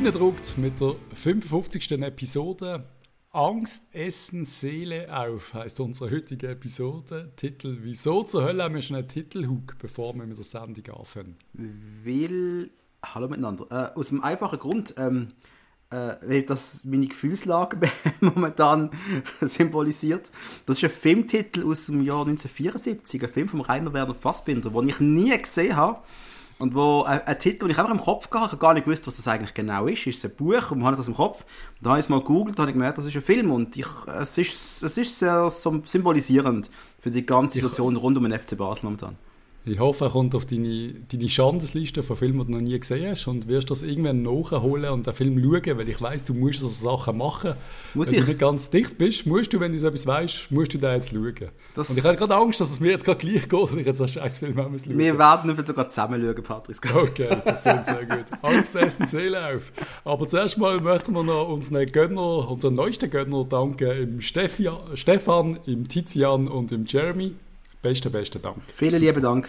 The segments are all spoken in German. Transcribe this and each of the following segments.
reindruckt mit der 55. Episode. Angst, Essen, Seele auf, heisst unsere heutige Episode. Titel: Wieso zur Hölle haben wir schon einen Titelhook, bevor wir mit der Sendung anfangen? Hallo miteinander. Aus dem einfachen Grund, weil das meine Gefühlslage momentan symbolisiert. Das ist ein Filmtitel aus dem Jahr 1974, ein Film von Rainer Werner Fassbinder, den ich nie gesehen habe. Und wo ein Titel, den ich einfach im Kopf hatte, ich habe gar nicht gewusst, was das eigentlich genau ist. Ist es ein Buch und habe das im Kopf. Und dann habe ich es mal gegoogelt und habe gemerkt, das ist ein Film. Und es ist sehr symbolisierend für die ganze Situation rund um den FC Basel momentan. Ich hoffe, er kommt auf deine Schandesliste von Filmen, die du noch nie gesehen hast, und wirst das irgendwann nachholen und den Film schauen, weil ich weiss, du musst so Sachen machen. Wenn du nicht ganz dicht bist, musst du, wenn du so etwas weißt, musst du den jetzt schauen. Und ich habe gerade Angst, dass es mir jetzt gerade gleich geht und ich jetzt einen scheiß Film auch schauen. Wir werden nicht sogar zusammen schauen, Patrick. Okay, das klingt sehr gut. Angst, Essen, Seele auf. Aber zuerst mal möchten wir noch unseren neuesten Gönner danken, im Stefan, im Tizian und im Jeremy. Besten Dank. Vielen lieben Dank.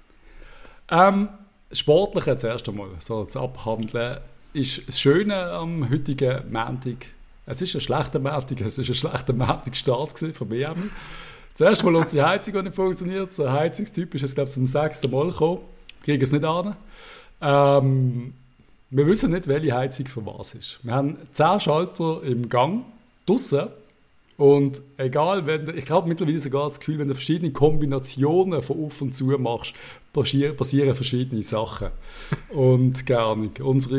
Sportliche zuerst einmal, so zu abhandeln, ist das Schöne am heutigen Montag. Es ist ein schlechter Montag, es ist ein schlechter Montag-Start von WM. Zuerst mal unsere Heizung, die nicht funktioniert. Der Heizungstyp ist jetzt, glaube ich, zum 6. Mal gekommen. Kriegen es nicht an. Wir wissen nicht, welche Heizung für was ist. Wir haben 10 Schalter im Gang, draussen. Und egal, ich habe mittlerweile sogar das Gefühl, wenn du verschiedene Kombinationen von auf und zu machst, passieren verschiedene Sachen. Und gar nicht. Unser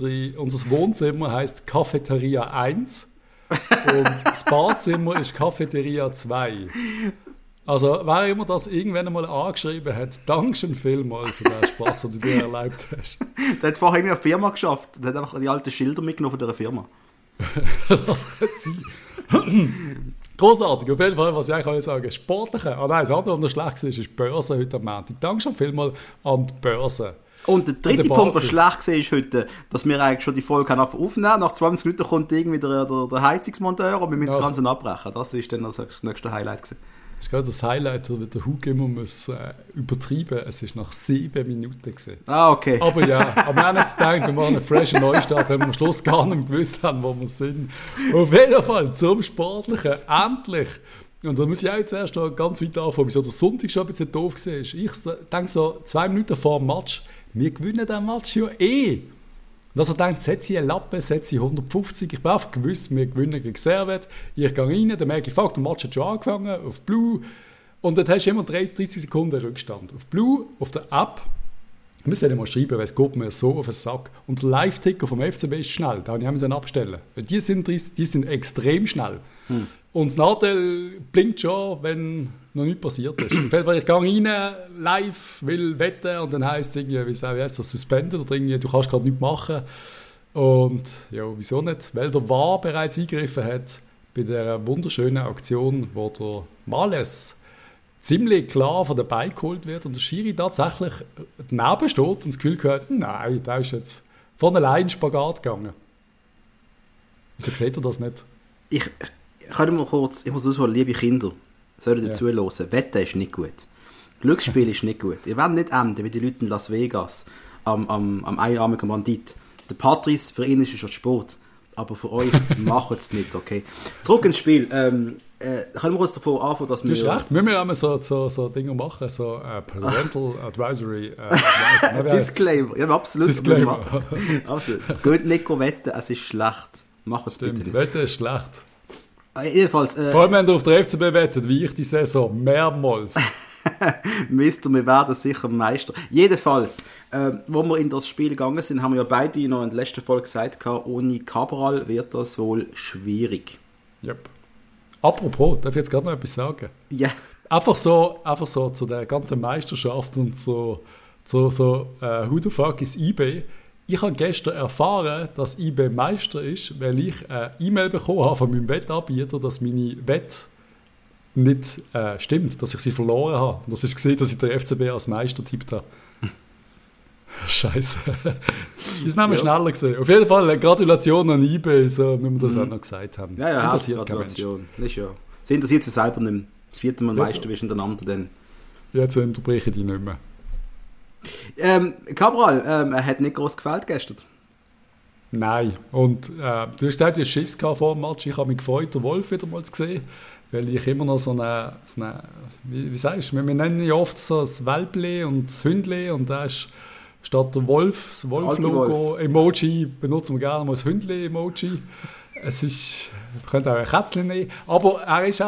Wohnzimmer heisst Cafeteria 1 und das Badzimmer ist Cafeteria 2. Also, wer immer das irgendwann einmal angeschrieben hat, danke schön vielmals für den Spaß, den du dir erlebt hast. Der hat vorher eine Firma geschafft. Der hat einfach die alten Schilder mitgenommen von dieser Firma. Das könnte sein. Großartig, auf jeden Fall, was ich eigentlich sagen sportliche. Das andere, was noch schlecht war, ist die Börse heute am Montag. Danke schon vielmals an die Börse. Und der dritte Punkt, was schlecht war, ist heute, dass wir eigentlich schon die Folge aufnehmen. Nach 20 Minuten kommt irgendwie der Heizungsmonteur und wir müssen das Ganze abbrechen. Das war dann das nächste Highlight gewesen. Das ist gerade das Highlight, wird der Hug immer übertreiben. Es war nach 7 Minuten gewesen. Okay. Aber ja, aber wir haben jetzt gedacht, wir machen einen freshen Neustart, wenn wir am Schluss gar nicht gewusst haben, wo wir sind. Auf jeden Fall zum Sportlichen, endlich. Und da muss ich auch jetzt erst noch ganz weit anfangen, wieso der Sonntag schon ein bisschen doof war. Ich denke so 2 Minuten vor dem Match, wir gewinnen den Match ja eh. Und also denkt, setze ich einen Lappen, setze ich 150. Ich bin einfach gewusst, wir gewinnen gegen Servet. Ich gehe rein, dann merke ich, fuck, der Match hat schon angefangen, auf Blue. Und dann hast du immer 30 Sekunden Rückstand. Auf Blue, auf der App, ich muss dann mal schreiben, weil es geht mir so auf den Sack. Und der Live-Ticker vom FCB ist schnell, da haben wir es abstellen. Weil die sind extrem schnell. Und das Nachteil blinkt schon, wenn noch nichts passiert ist. Auf jeden Fall, ich gehe rein, live, will wetten und dann heisst es irgendwie, wie heißt das, suspended oder irgendwie, du kannst gerade nichts machen. Und ja, wieso nicht? Weil der VAR bereits eingegriffen hat bei dieser wunderschönen Aktion, wo der Males ziemlich klar von dabei geholt wird und der Schiri tatsächlich daneben steht und das Gefühl hat, nein, der ist jetzt von allein Spagat gegangen. Wieso seht ihr das nicht? Ich muss so sagen, liebe Kinder, solltet ihr zuhören, Wetten ist nicht gut. Glücksspiel ist nicht gut. Ihr werdet nicht enden wie die Leute in Las Vegas am einarmigen Bandit. Der Patrice, für ihn ist es schon Sport, aber für euch macht es nicht, okay? Zurück ins Spiel. Können wir uns davon anfangen, dass wir... Du hast recht, wir müssen immer so Dinge machen, so Parental Advisory. Disclaimer, ja, absolut. Disclaimer. Absolut. Geht nicht wetten, es ist schlecht. Macht es bitte nicht. Wetten ist schlecht. Jedenfalls, vor allem, wenn du auf der FCB wettet, wie ich die Saison, mehrmals. Mister, wir werden sicher Meister. Jedenfalls, wo wir in das Spiel gegangen sind, haben wir ja beide noch in der letzten Folge gesagt, ohne Cabral wird das wohl schwierig. Yep. Apropos, darf ich jetzt gerade noch etwas sagen? Ja. Yeah. Einfach so zu der ganzen Meisterschaft und so who the fuck is eBay? Ich habe gestern erfahren, dass eBay Meister ist, weil ich eine E-Mail bekommen habe von meinem Wettanbieter, dass meine Wette nicht stimmt, dass ich sie verloren habe. Und das ist gesehen, dass ich den FCB als Meister tippt habe. Scheiße. Die sind nämlich schneller gesehen. Auf jeden Fall Gratulation an eBay, so, wie wir das auch noch gesagt haben. Ja, Gratulation. Ist ja. Sie interessiert sich selber nicht mehr. Das 4. Mal Meister ist hintereinander dann. Jetzt unterbreche ich dich nicht mehr. Cabral, er hat nicht groß gefällt gestern. Nein. Und du hast gesagt, du hast Schiss gehabt vor dem Match. Ich habe mich gefreut, den Wolf wieder mal zu sehen, weil ich immer noch wie sagst du, wir nennen ja oft so das Welpli und das Hündli und da ist statt der Wolf, das Wolf-Logo-Emoji, benutzen wir gerne mal das Hündli-Emoji. Es ist, man könnte auch ein Kätzchen nehmen, aber er ist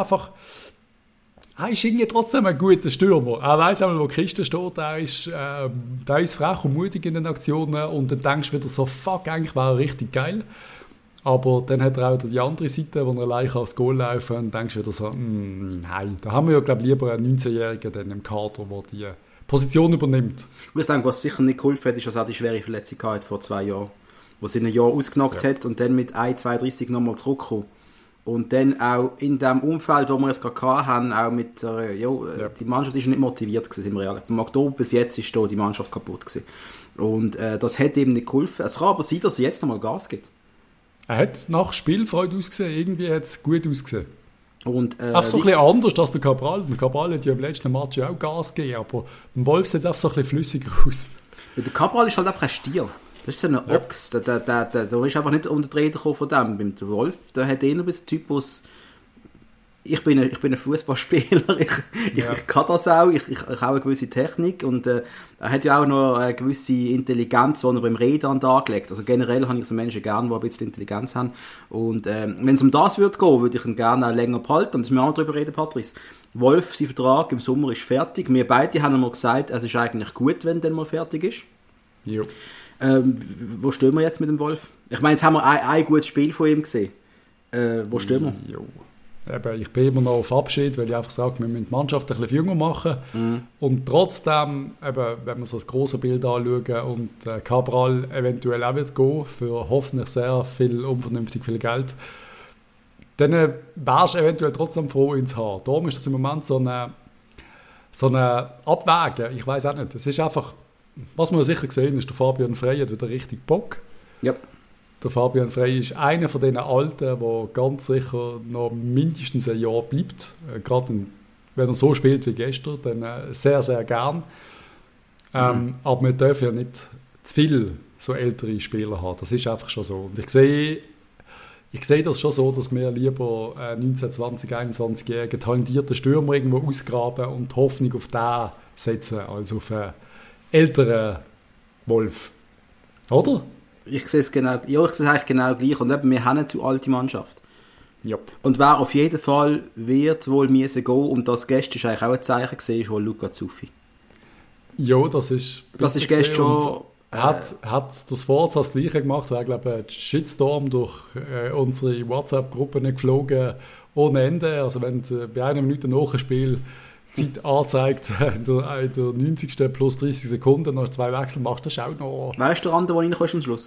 irgendwie trotzdem ein guter Stürmer. Er weiss einmal, wo die Kiste steht. Er ist frech und mutig in den Aktionen. Und dann denkst du wieder so, fuck, eigentlich wäre er richtig geil. Aber dann hat er auch die andere Seite, wo er allein aufs Goal laufen kann. Und denkst du wieder so, nein. Da haben wir ja, glaube ich, lieber einen 19-Jährigen dann im Kader, der die Position übernimmt. Und ich denke, was sicher nicht geholfen hat, ist, dass er die schwere Verletzung hatte vor 2 Jahren. Wo sie ein Jahr ausgenockt hat und dann mit 1,32 nochmal zurückgekommen. Und dann auch in dem Umfeld, wo wir es gerade hatten, auch mit die Mannschaft ist nicht motiviert gewesen, sind wir ehrlich. Vom Oktober bis jetzt ist da die Mannschaft kaputt gewesen. Und das hat ihm nicht geholfen. Es kann aber sein, dass er jetzt nochmal Gas gibt. Er hat nach Spielfreude ausgesehen, irgendwie hat es gut ausgesehen. Und, einfach so ein bisschen anders als der Cabral. Der Cabral hat ja im letzten Match auch Gas gegeben, aber beim Wolf sieht es einfach so ein bisschen flüssiger aus. Ja, der Cabral ist halt einfach ein Stier. Das ist so ein Ochs, da ist einfach nicht unter die Rede gekommen von dem. Beim Wolf, der hat eher ein bisschen Typus, ich bin ein Fußballspieler, ich kann das auch, ich habe eine gewisse Technik und er hat ja auch noch eine gewisse Intelligenz, die er beim Reden an den Tag legt. Also generell habe ich so Menschen gerne, die ein bisschen Intelligenz haben. Und wenn es um das würde gehen, würde ich ihn gerne auch länger behalten. Und das müssen wir auch darüber reden, Patrice. Wolf, sein Vertrag im Sommer ist fertig. Wir beide haben mal gesagt, es ist eigentlich gut, wenn der mal fertig ist. Jo. Wo stehen wir jetzt mit dem Wolf? Ich meine, jetzt haben wir ein gutes Spiel von ihm gesehen. Wo stehen wir? Jo. Eben, ich bin immer noch auf Abschied, weil ich einfach sage, wir müssen die Mannschaft ein bisschen jünger machen. Und trotzdem, eben, wenn wir so das grosse Bild anschauen und Cabral eventuell auch wird gehen, für hoffentlich sehr viel, unvernünftig viel Geld, dann wärst du eventuell trotzdem froh, ihn zu haben. Darum ist das im Moment so eine Abwägen. Ich weiß auch nicht. Es ist einfach, was wir sicher gesehen ist, der Fabian Frey hat wieder richtig Bock. Ja. Der Fabian Frey ist einer von den Alten, der ganz sicher noch mindestens ein Jahr bleibt. Gerade wenn er so spielt wie gestern, dann sehr, sehr gern. Aber wir dürfen ja nicht zu viel so ältere Spieler haben. Das ist einfach schon so. Und ich sehe das schon so, dass wir lieber 19-, 20-, 21-jährigen talentierten Stürmer irgendwo ausgraben und Hoffnung auf den setzen, als auf einen älteren Wolf. Oder? Ich sehe es genau, ja, ich sehe es eigentlich genau gleich. Und eben, wir haben eine zu alte Mannschaft. Yep. Und wer auf jeden Fall wird wohl müssen gehen, und das gestern ist eigentlich auch ein Zeichen gesehen, ist wohl Luca Zuffi. Ja, das ist gestern schon... Hat das Forza das Gleiche gemacht, war, glaube ich, ein Shitstorm durch unsere WhatsApp-Gruppe geflogen, ohne Ende. Also wenn bei einer Minute nach dem Spiel Zeit anzeigt, in der 90. plus 30 Sekunden, nach 2 Wechseln machst, das ist auch noch... Weißt du, der andere, der reinkommt am Schluss?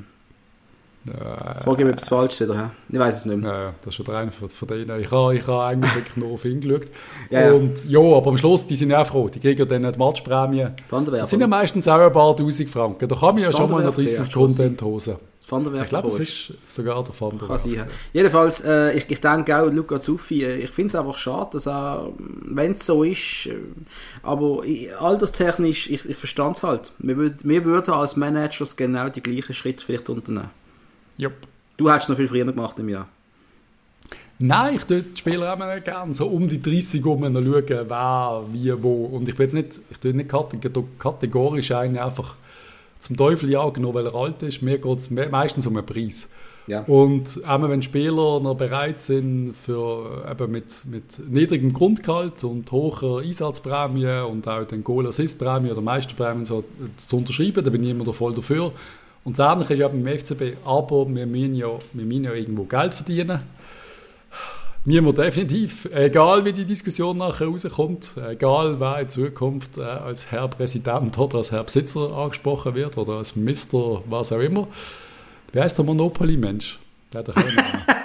Jetzt ich etwas Falsches wieder. He? Ich weiß es nicht mehr. Ja, das ist schon der eine von denen. Ich habe eigentlich wirklich nur auf ihn geschaut. Ja. Und ja, aber am Schluss, die sind ja auch froh. Die kriegen dann die Matchprämie. Das sind ja meistens auch ein paar Tausend Franken. Da kann man ja schon mal nach 30 Sekunden in die Hose. Ich glaube, es ist sogar der Van der Werf. Jedenfalls, ich denke auch, Luca Zuffi, ich finde es einfach schade, dass er, wenn es so ist, aber alterstechnisch, ich verstand es halt. Wir würden als Managers genau die gleichen Schritte vielleicht unternehmen. Yep. Du hättest noch viel früher gemacht im Jahr. Nein, ich tue die Spieler auch mal gerne so um die 30 schauen, wer, wie, wo. Und ich bin jetzt nicht kategorisch einen einfach zum Teufel jagen, nur weil er alt ist. Mir geht es meistens um einen Preis. Ja. Und auch wenn Spieler noch bereit sind, für, eben mit niedrigem Grundgehalt und hoher Einsatzprämie und auch den Goal-Assist-Prämie oder Meisterprämien so zu unterschreiben, da bin ich immer da voll dafür. Und das Ähnliche ist ja beim FCB, aber wir müssen ja irgendwo Geld verdienen. Müssen wir definitiv, egal wie die Diskussion nachher rauskommt, egal wer in Zukunft als Herr Präsident oder als Herr Besitzer angesprochen wird oder als Mister, was auch immer. Wie heisst der Monopoly-Mensch? Der hat doch auch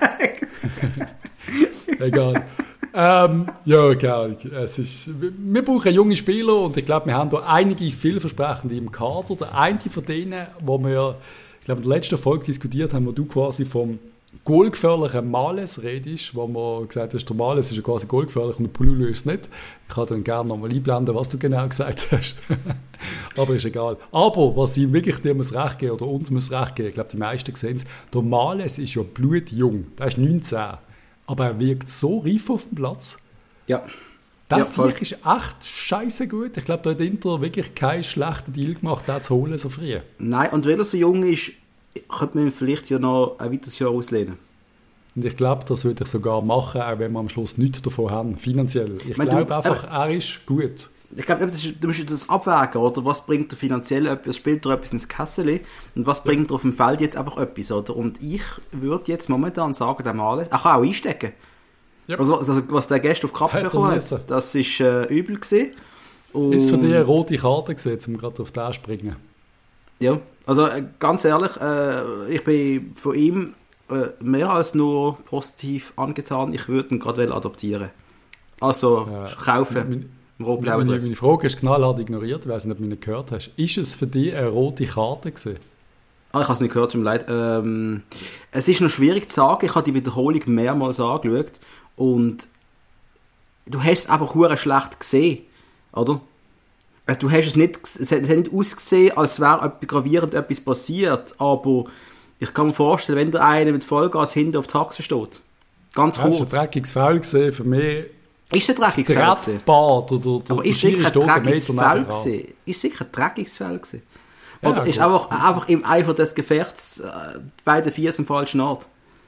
egal. Ja, egal. Wir brauchen junge Spieler und ich glaube, wir haben da einige vielversprechende im Kader. Der eine von denen, wo wir, ich glaube, in der letzten Folge diskutiert haben, wo du quasi vom goalgefährlichen Males redest, wo man gesagt hat, der Males ist ja quasi goalgefährlich und der Pululu ist es nicht. Ich kann dann gerne nochmal einblenden, was du genau gesagt hast. Aber ist egal. Aber was ich wirklich dir muss recht geben, oder uns muss recht geben, ich glaube, die meisten sehen es, der Males ist ja blutjung, der ist 19, aber er wirkt so reif auf dem Platz. Ja. Das ist echt scheiße gut. Ich glaube, da hat Inter wirklich keinen schlechten Deal gemacht, den zu holen so früh. Nein, und weil er so jung ist, könnte man vielleicht ja noch ein weiteres Jahr auslehnen. Und ich glaube, das würde ich sogar machen, auch wenn wir am Schluss nichts davon haben, finanziell. Ich glaube einfach, er ist gut. Ich glaube, du musst das abwägen, oder? Was bringt er finanziell etwas, spielt er etwas ins Kessel und was bringt er auf dem Feld jetzt einfach etwas, oder? Und ich würde jetzt momentan sagen, der Males, er kann auch einstecken. Ja. Also, was der Gast auf Kappe bekommen hat, das war übel gewesen. Und ist für dich eine rote Karte gewesen, um gerade auf den zu springen? Ja, also ganz ehrlich, ich bin von ihm mehr als nur positiv angetan. Ich würde ihn gerade adoptieren. Also kaufen. Meine Frage ist knallhart ignoriert, ich weiß nicht, ob du mich nicht gehört hast. Ist es für dich eine rote Karte gewesen? Ich habe es nicht gehört, tut mir leid. Es ist noch schwierig zu sagen. Ich habe die Wiederholung mehrmals angeschaut und du hast es einfach hure schlecht gesehen, oder? Also du hast es nicht, es hat nicht ausgesehen, als wäre gravierend etwas passiert, aber ich kann mir vorstellen, wenn der eine mit Vollgas hinten auf die Achse steht, ganz kurz. Das war ein dreckiges Foul gewesen, für mich. Ist es ein dreckiges Foul gewesen? Aber ist es wirklich ein dreckiges Foul gewesen? Ist es wirklich ein dreckiges Foul gewesen? Oder ist einfach im Eifer des Gefechts beide Füße am falschen Ort?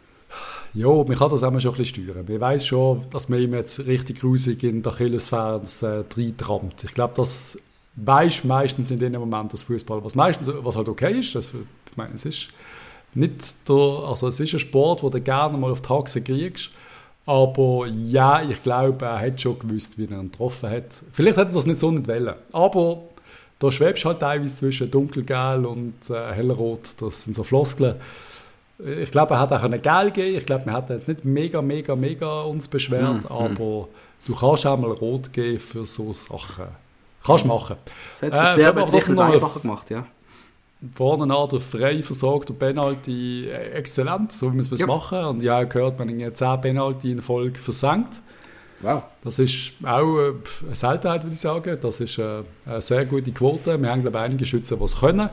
Ja, man kann das auch schon ein bisschen steuern. Man weiss schon, dass man ihm jetzt richtig grusig in der Achillesferse reintrammt. Ich glaube, das weisst meistens in dem Moment das Fußball, was halt okay ist. Ich meine, es ist nicht es ist ein Sport, wo du gerne mal auf die Haxe kriegst. Aber ja, ich glaube, er hat schon gewusst, wie er ihn getroffen hat. Vielleicht hätte er das nicht so nicht wollen. Aber da schwebst du halt teilweise zwischen dunkelgelb und hellrot. Das sind so Floskeln. Ich glaube, er hat auch einen Gel gegeben. Ich glaube, wir hätten jetzt nicht mega uns beschwert, aber du kannst auch mal rot geben für so Sachen. Kannst machen. Das hat es sehr sicher einfacher gemacht, ja. Vorne an der frei versorgte Penalty exzellent, so wie wir es machen. Und ich habe gehört, man hat 10 Penalty in Folge versenkt. Wow. Das ist auch eine Seltenheit, würde ich sagen. Das ist eine sehr gute Quote. Wir haben, glaube ich, einige Schützen, die es können.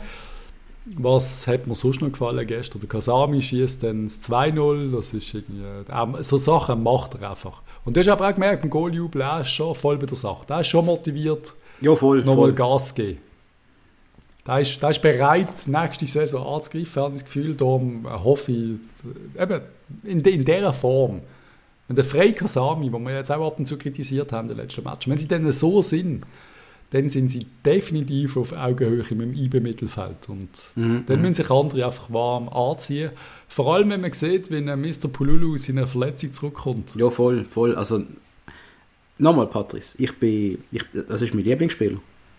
Was hat mir sonst noch gefallen gestern? Der Kasami schießt dann das 2-0. Das ist irgendwie, so Sachen macht er einfach. Und du hast aber auch gemerkt, beim Goaljubel, er ist schon voll bei der Sache. Er ist schon motiviert, nochmal Gas zu geben. Der ist bereit, nächste Saison anzugreifen, habe ich das Gefühl. Darum hoffe ich, eben in dieser Form, wenn der Frey Kasami, den wir jetzt auch ab und zu kritisiert haben in den letzten Match, wenn sie dann so sind, dann sind sie definitiv auf Augenhöhe mit dem IB-Mittelfeld. Und dann müssen sich andere einfach warm anziehen. Vor allem, wenn man sieht, wie Mr. Pululu aus seiner Verletzung zurückkommt. Ja, voll. Also, nochmal, Patrice, das ist mein Lieblingsspieler.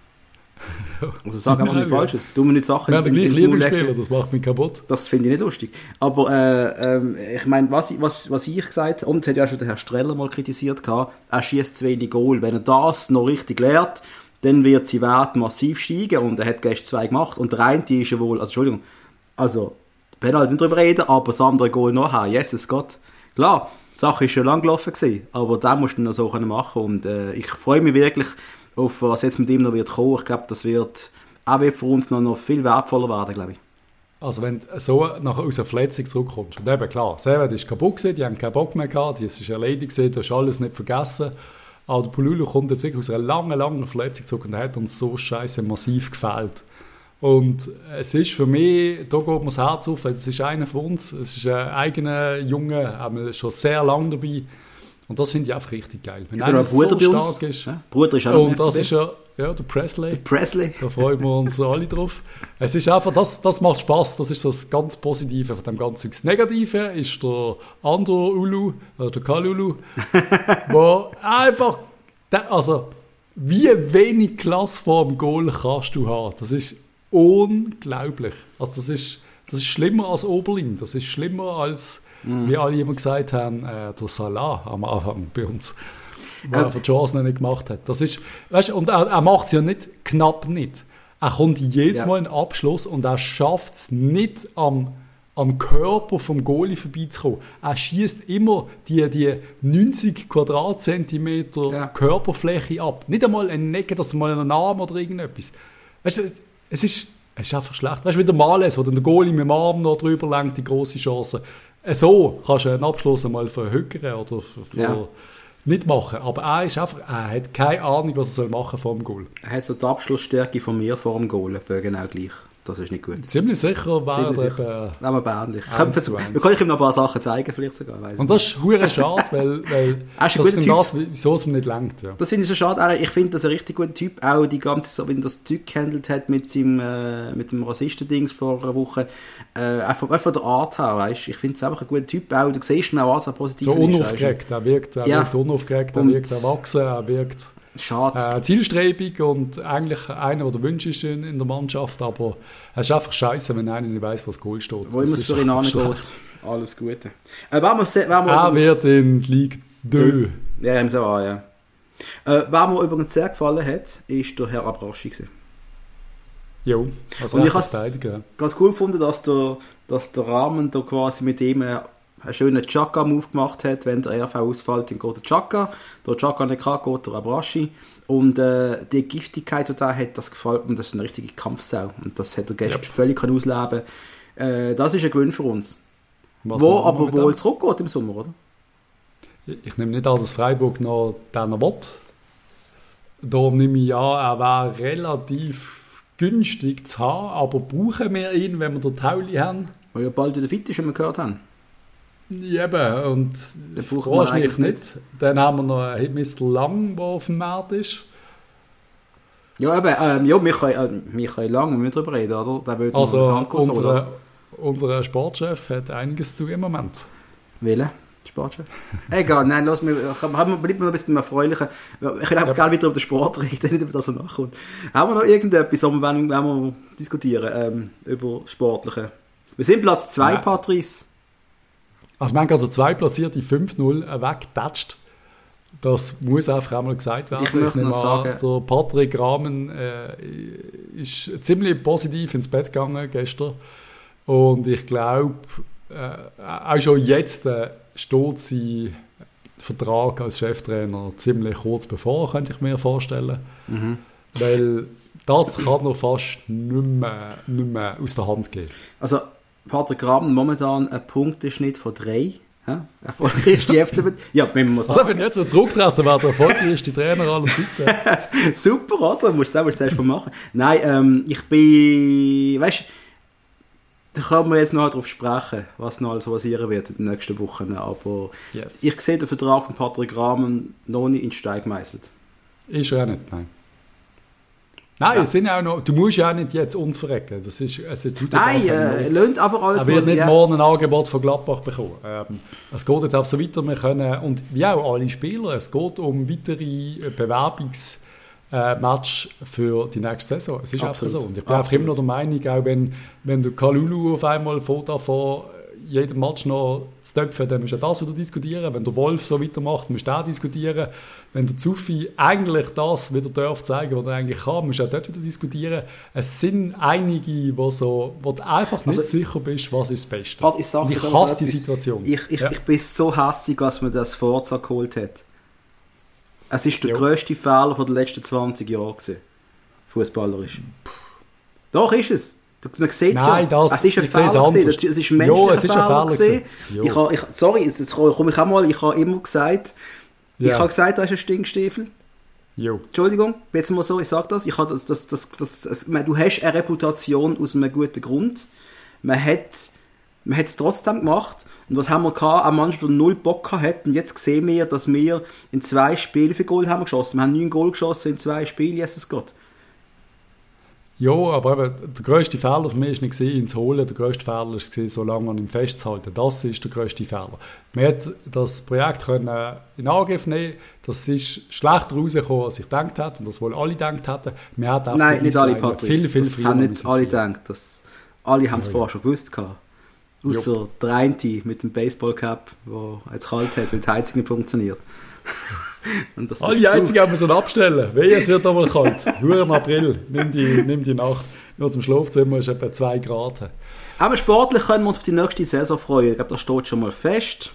Also sag einfach nicht Falsches. Du mir nicht Sachen in den Lieblingsspieler, das macht mich kaputt. Das finde ich nicht lustig. Aber ich meine, was ich gesagt habe, und das hat ja auch schon der Herr Streller mal kritisiert, er schießt zu wenig Goal. Wenn er das noch richtig lehrt, dann wird sein Wert massiv steigen und er hat gestern 2 gemacht und der eine ist ja wohl, also Penalty nicht drüber reden, aber das andere Goal nachher, Jesus Gott. Klar, die Sache ist schon lang gelaufen gewesen, aber das musst du noch so machen und ich freue mich wirklich auf was jetzt mit ihm noch wird kommen. Ich glaube, das wird auch für uns noch viel wertvoller werden, glaube ich. Also wenn du so nachher aus einer Verletzung zurückkommst, und eben klar, Servet ist kaputt gewesen, die haben keinen Bock mehr gehabt, es ist erledigt gewesen, du hast alles nicht vergessen, aber der Pululu kommt jetzt wirklich aus einer langen Verletzung zurück und hat uns so scheiße massiv gefehlt. Und es ist für mich, da geht mir das Herz auf, weil es ist einer von uns, es ist ein eigener Junge, haben wir schon sehr lange dabei. Und das finde ich einfach richtig geil. Wenn einer so stark ist. Ja, Bruder ist auch und das ist ja der Presley. Da freuen wir uns alle drauf. Es ist einfach, das macht Spass. Das ist so das ganz Positive von dem Ganzen. Das Negative ist der Andro Ulu, der Kalulu, wo einfach, also wie wenig Klasse vor dem Goal kannst du haben. Das ist unglaublich. Also das ist schlimmer als Oberlin. Das ist schlimmer als wie alle immer gesagt haben, der Salah am Anfang bei uns, weil er die Chancen nicht gemacht hat. Das ist, weißt, und er macht es ja nicht knapp nicht. Er kommt jedes Mal in den Abschluss und er schafft es nicht an am Körper vom Goalie vorbeizukommen. Er schießt immer die 90 Quadratzentimeter Körperfläche ab. Nicht einmal eine Ecke, dass mal einen Arm oder irgendetwas. Weißt du, es ist einfach schlecht. Weißt du, wie der Males, wo dann der Goalie mit dem Arm noch drüber lenkt, die grosse Chance. So kannst du einen Abschluss einmal verhökern oder nicht machen. Aber er hat keine Ahnung, was er machen soll vor dem Goal. Er hat so die Abschlussstärke von mir vor dem Goal, genau gleich. Das ist nicht gut. Ziemlich sicher wäre er aber ähnlich. Wir können ihm noch ein paar Sachen zeigen, vielleicht sogar. Und das ist verdammt schade, weil das ist das, wieso es ihm nicht langt. Ja. Das finde ich so schade. Ich finde, das ist ein richtig guter Typ. Auch die ganze, so, wenn er das Zeug gehandelt hat mit dem Rassistendings vor einer Woche. Einfach der Art her, weißt du. Ich finde es einfach ein guter Typ. Auch, du siehst mir auch, was er positiv ist. So unaufgeregt. Er wirkt unaufgeregt, er wirkt erwachsen, er wirkt... Schade. Zielstrebig und eigentlich einer, der Wunsch ist in der Mannschaft, aber es ist einfach scheiße, wenn einer nicht weiss, wo das Goal steht. Wo immer es für ihn angeht. Alles Gute. Er wird in Ligue 2. Ja, so war, ja. Wer mir übrigens sehr gefallen hat, ist der Herr Abraschi. Jo, also und ich habe es ganz cool gefunden, dass der Rahmen da quasi mit ihm einen schönen Chaka-Move gemacht hat. Wenn der RV ausfällt, dann geht der Chaka. Der Chaka nicht kann, geht der Abraschi. Und die Giftigkeit, die er hat, das gefällt mir. Das ist eine richtige Kampfsau. Und das hat er gestern völlig ausleben können. Das ist ein Gewinn für uns. Wo aber wohl zurückgeht im Sommer, oder? Ich nehme nicht an, dass Freiburg noch den will. Da nehme ich an, er wäre relativ günstig zu haben. Aber brauchen wir ihn, wenn wir den Tauli haben? Weil ja bald wieder fit ist, wie wir gehört haben. Ja, und wahrscheinlich nicht. Dann haben wir noch einen Mr. Lang, der auf dem Markt ist. Ja, eben, Michael Lang, wir müssen darüber reden, oder? Der also unser Sportchef hat einiges zu im Moment. Welcher Sportchef? Egal, nein, bleibt mir noch ein bisschen erfreulicher. Ich würde auch gerne wieder über den Sport reden, nicht über das, was nachkommt. Haben wir noch irgendetwas, wenn wir diskutieren über Sportliche? Wir sind Platz 2, Patrice. Also wir haben gerade der zweitplatzierte 5-0 weggetatscht. Das muss einfach einmal gesagt werden. Ich möchte noch sagen, der Patrick Rahmen ist ziemlich positiv ins Bett gegangen gestern. Und ich glaube, auch schon jetzt steht sein Vertrag als Cheftrainer ziemlich kurz bevor, könnte ich mir vorstellen. Mhm. Weil das kann er fast nicht mehr aus der Hand gehen. Also Patrick Rahmen momentan ein Punkteschnitt von 3. Erfolgreichste FCB. Ja, wenn man also wenn ich jetzt so zurücktreten wäre, der erfolgreichste Trainer aller Zeiten. Super, oder? Das musst du erst mal machen. Nein, ich bin... Weißt du, da können wir jetzt noch darauf sprechen, was noch alles passieren wird in den nächsten Wochen. Aber ich sehe den Vertrag von Patrick Rahmen noch nicht in Stein gemeißelt. Ist er nicht, nein. Nein, es sind auch noch, du musst ja auch nicht jetzt uns verrecken. Das ist, nein, löhnt aber alles. Er wird nicht morgen ein Angebot von Gladbach bekommen. Es geht jetzt auch so weiter, wir können, und wie auch alle Spieler, es geht um weitere Bewerbungsmatch für die nächste Saison. Es ist einfach so. Und ich bin einfach immer noch der Meinung, auch wenn der Kalulu auf einmal davon jedem Match noch zu töpfen, dann musst du das wieder diskutieren. Wenn der Wolf so weitermacht, musst du auch diskutieren. Wenn der Zuffi eigentlich das wieder darf zeigen, was er eigentlich kann, musst du auch dort wieder diskutieren. Es sind einige, wo du einfach nicht sicher bist, was ist das Beste. Und ich hasse die Situation. Ich bin so hässig, dass man das Forza geholt hat. Es ist der grösste Fehler der letzten 20 Jahre gewesen. Fußballerisch. Doch, ist es. Man sieht es ja. Es ist ein Fehler gewesen. Es ist ein menschlicher Fehler gewesen. Jetzt komme ich auch mal. Ich habe immer gesagt, ich habe gesagt, da ist ein Stinkstiefel. Jo. Entschuldigung, jetzt mal so, ich sage das. Du hast eine Reputation aus einem guten Grund. Man hat es trotzdem gemacht. Und was haben wir gehabt? Ein Mann, der 0 Bock hat. Und jetzt sehen wir, dass wir in 2 Spielen für Goal haben geschossen. Wir haben 9 Goal geschossen in 2 Spielen. Jesus Gott. Ja, aber eben, der grösste Fehler für mich war nicht ihn zu holen, der grösste Fehler war, so lange an ihm festzuhalten. Das ist der grösste Fehler. Man hat das Projekt in Angriff nehmen, das ist schlechter rausgekommen, als ich gedacht hätte und das wohl alle gedacht hätten. Nein, nicht alle, Patrice. Viel das haben nicht alle gedacht. Alle haben es vorher schon gewusst. Außer der eine mit dem Baseballcap, der jetzt kalt hat, weil die Heizung nicht funktioniert. Alle Heizungen müssen abstellen. Wehe, es wird aber kalt. Nur im April. Nimm die Nacht. Nur zum Schlafzimmer ist etwa 2 Grad. Aber sportlich können wir uns auf die nächste Saison freuen. Ich glaube, das steht schon mal fest.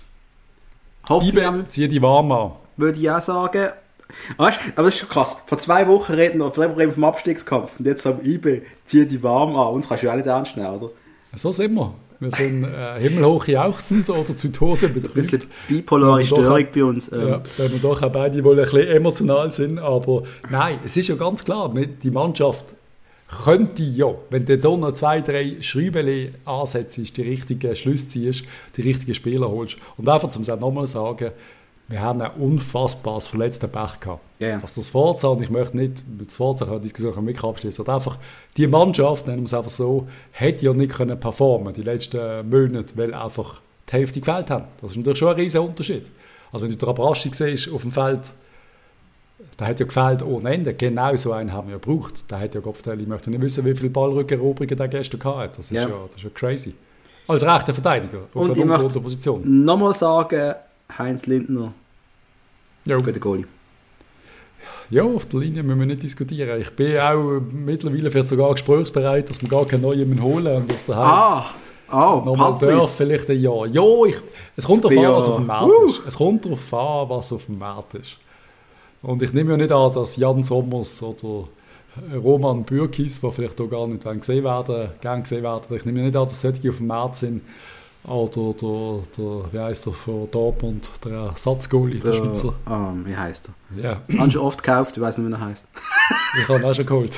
IB, zieh die warm an. Würde ich auch sagen. Weißt, aber das ist schon krass. Vor 2 Wochen reden wir vom Abstiegskampf. Und jetzt haben IB, zieh die warm an. Uns kannst du ja auch nicht ernst nehmen, oder? So sind wir. Wir sind himmelhoch jauchzend oder zu Tode betrübt. Ein bisschen bipolare Störung bei uns. Ja, wenn wir doch auch beide wohl ein bisschen emotional sind. Aber nein, es ist ja ganz klar, die Mannschaft könnte ja, wenn du da noch 2, 3 Schreibeli ansetzt, die richtigen Schlüsse ziehst, die richtigen Spieler holst. Und einfach, um es auch nochmal zu sagen, wir haben ein unfassbares verletztes Pech gehabt. Yeah. Was das Forza, und ich möchte nicht mit das Forza eine Diskussion mit abschließen, aber einfach die Mannschaft, nennen wir es einfach so, hätte ja nicht können performen die letzten Monate, weil einfach die Hälfte gefehlt haben. Das ist natürlich schon ein riesiger Unterschied. Also wenn du den Abraschi siehst auf dem Feld, der hat ja gefehlt ohne Ende. Genau so einen haben wir gebraucht. Der hat ja Kopfteil. Ich möchte nicht wissen, wie viele Ballrückeroberungen der gestern hatte. Das ist ja crazy. Als rechter Verteidiger auf einer ungroßen Position. Nochmal sagen, Heinz Lindner, guter Goalie. Ja, auf der Linie müssen wir nicht diskutieren. Ich bin auch mittlerweile vielleicht sogar gesprächsbereit, dass wir gar keinen neuen holen und dass der Heinz nochmal darf, vielleicht ein Jahr. Ja, es kommt darauf an, was auf dem Markt ist. Es kommt darauf an, was auf dem Markt ist. Und ich nehme ja nicht an, dass Jan Sommers oder Roman Bürkis, die vielleicht auch gar nicht gern gesehen werden, ich nehme ja nicht an, dass solche auf dem Markt sind. Oder der wie heisst der von Dortmund, der Ersatzgoalie, der Schweizer. Wie heisst er? Ja. Hast du oft gekauft, ich weiß nicht, wie er heisst. Ich habe ihn auch schon geholt.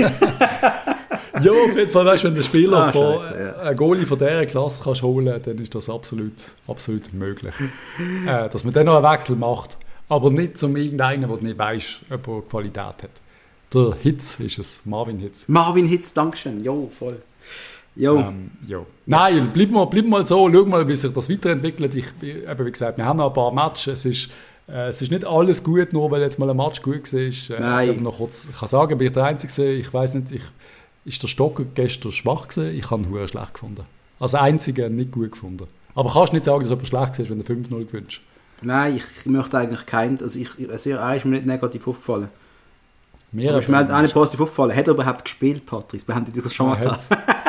Ja, auf jeden Fall, weißt du, wenn du einen Goalie von dieser Klasse kannst holen, dann ist das absolut möglich. Dass man dann noch einen Wechsel macht, aber nicht zum irgendeinen, der nicht weiss, ob er Qualität hat. Der Hitz ist es, Marvin Hitz. Marvin Hitz, Dankeschön, jo, voll. Jo. Nein, bleib mal so, schau mal, wie sich das weiterentwickelt. Wie gesagt, wir haben noch ein paar Matches. Es ist nicht alles gut, nur weil jetzt mal ein Match gut war. Nein. Ich kann sagen, bin ich der Einzige, ich weiss nicht, ist der Stocker gestern schwach gewesen? Ich habe ihn verdammt schlecht gefunden. Als Einziger nicht gut gefunden. Aber kannst du nicht sagen, dass jemand schlecht ist, wenn du 5-0 gewünscht? Nein, ich möchte eigentlich keinen, also ist mir nicht negativ aufgefallen. Mir ist mir halt auch nicht positiv aufgefallen. Hat er überhaupt gespielt, Patrice? Wir haben das schon mal gehabt.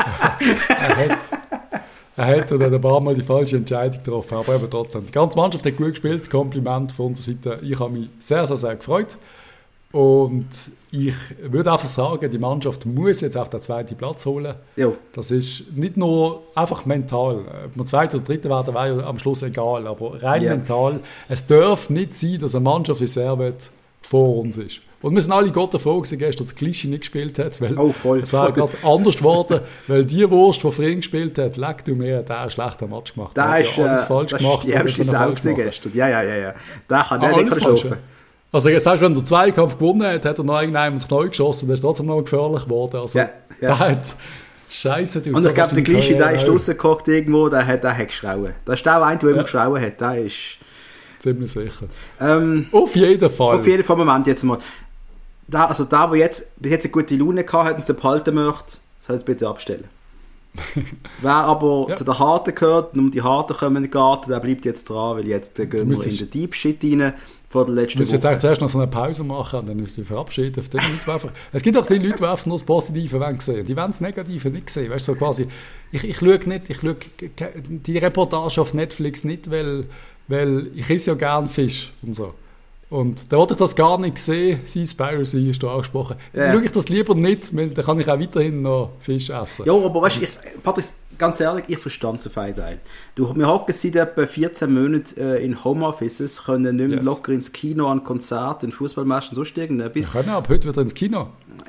Er hat dann ein paar Mal die falsche Entscheidung getroffen, aber eben trotzdem. Die ganze Mannschaft hat gut gespielt, Kompliment von unserer Seite. Ich habe mich sehr, sehr, sehr gefreut. Und ich würde einfach sagen, die Mannschaft muss jetzt auf den 2. Platz holen. Jo. Das ist nicht nur einfach mental. Ob wir 2. oder 3. werden, wäre ja am Schluss egal. Aber rein mental. Es darf nicht sein, dass eine Mannschaft wie Servet vor uns ist. Und wir sind alle Gott froh gewesen, gestern, dass Clichy nicht gespielt hat, weil es wäre gerade anders geworden, weil die Wurst, die für ihn gespielt hat, leck du mir, der hat einen schlechten Match gemacht. Der ist alles falsch gemacht. Das ist die ärmste Sau gestern. Ja. Der kann nicht schlafen. Also selbst wenn der Zweikampf gewonnen hat, hat er noch irgendeinem ins Knie geschossen und ist trotzdem noch gefährlich geworden. Also der hat Scheiße. Und ich glaube, der Clichy, der ist rausgehockt irgendwo, der hat geschrauen. Das ist der eine, der immer geschrauen hat. Der ist... Ziemlich sicher. Auf jeden Fall. Auf jeden Fall, Moment jetzt mal. Der, der jetzt bis jetzt eine gute Laune gehabt hat und sie behalten möchte, soll es bitte abstellen. Wer aber zu den Harten gehört und um die Harten kommen in den Garten, der bleibt jetzt dran, weil jetzt gehen wir in den Deep Shit rein vor der letzten Woche. Du musst jetzt zuerst noch so eine Pause machen und dann musst du dich verabschieden. Auf den Leute es gibt auch die Leute, die einfach nur das Positive sehen. Die wollen das Negative nicht sehen. Weißt du, so quasi, ich schaue die Reportage auf Netflix nicht, weil ich esse ja gerne Fisch und so. Und da wollte ich das gar nicht sehen, Seaspiracy hast du angesprochen. Dann schaue ich das lieber nicht, weil dann kann ich auch weiterhin noch Fisch essen. Ja, aber weißt du, Patrice, ganz ehrlich, ich verstand so fein Teil. Wir hocken seit etwa 14 Monaten in Homeoffices, können nicht mehr locker ins Kino, an Konzert, in Fußballmatchen, sonst irgendetwas. Wir können ab heute wieder ins Kino.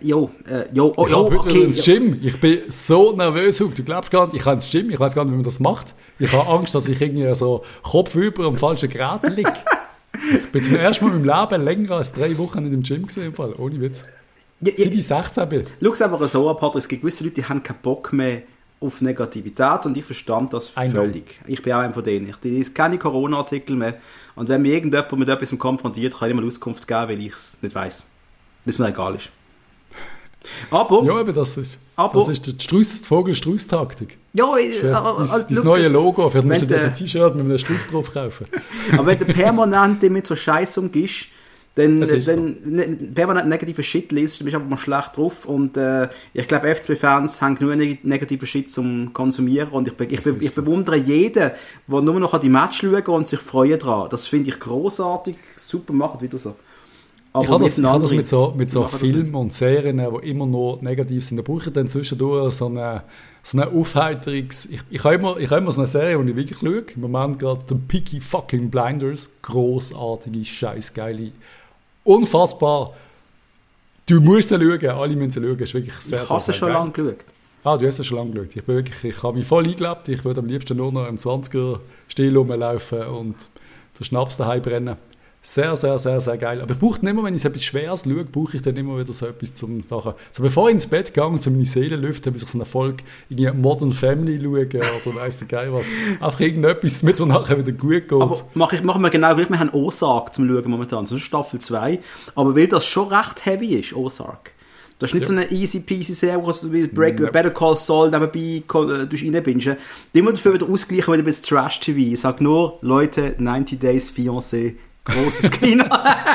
Heute wieder ins Gym. Ich bin so nervös, du glaubst gar nicht, ich kann ins Gym, ich weiß gar nicht, wie man das macht. Ich habe Angst, dass ich irgendwie so kopfüber am falschen Gerät liege. Ich bin zum ersten Mal in meinem Leben länger als 3 Wochen in dem Gym gesehen, ohne Witz. Seit ich 16 bin. Schau es einfach so an, Patrick, es gibt gewisse Leute, die haben keinen Bock mehr auf Negativität und ich verstand das völlig. Ich bin auch einer von denen. Ich lese keine Corona-Artikel mehr und wenn mir irgendjemand mit etwas konfrontiert, kann ich mal Auskunft geben, weil ich es nicht weiss. Das mir egal ist. Aber... Ja, eben das ist die Vogel-Strauß-Taktik. Ja, das neue Logo, vielleicht musst du das ein T-Shirt mit einem Strauß drauf kaufen. Aber wenn du permanent mit so Scheiß umgehst, dann permanent negativen Shit liest, du bist einfach mal schlecht drauf und ich glaube, FCB-Fans haben genug negativen Shit zum Konsumieren und ich bewundere jeden, der nur noch an die Match schauen und sich freuen daran. Das finde ich grossartig, super, macht wieder so. Aber ich habe das mit so Filmen und Serien, die immer noch negativ sind. Da brauche ich dann zwischendurch so eine Aufheiterungs... Ich habe immer so eine Serie, die ich wirklich schaue. Im Moment gerade The Peaky fucking Blinders. Grossartige, scheissgeile, unfassbar. Du musst sie schauen, alle müssen sie schauen. Das ist wirklich sehr, ich habe sie schon lange geschaut. Ah, du hast sie schon lange geschaut. Ich habe mich voll eingelebt. Ich würde am liebsten nur noch im 20er-Stil rumlaufen und den Schnaps daheim brennen. Sehr, sehr, sehr, sehr geil. Aber ich brauche nicht mehr, wenn ich so etwas Schweres schaue, brauche ich dann immer wieder so etwas zum nachher. So bevor ich ins Bett gehe und so meine Seele lüfte, habe ich so einen Erfolg, irgendwie Modern Family schauen oder weiss der Geil was. Einfach irgendetwas, damit es so nachher wieder gut geht. Aber machen wir genau gleich. Wir haben Ozark zum Schauen momentan. So Staffel 2. Aber weil das schon recht heavy ist, Ozark. Das ist nicht so eine easy peasy Serie, wo du wie Better Call Saul nebenbei reinbingen. Die muss dafür wieder ausgleichen, wenn du bist Trash-TV. Ich sage nur, Leute, 90 Days Fiancé. Grosses Kino.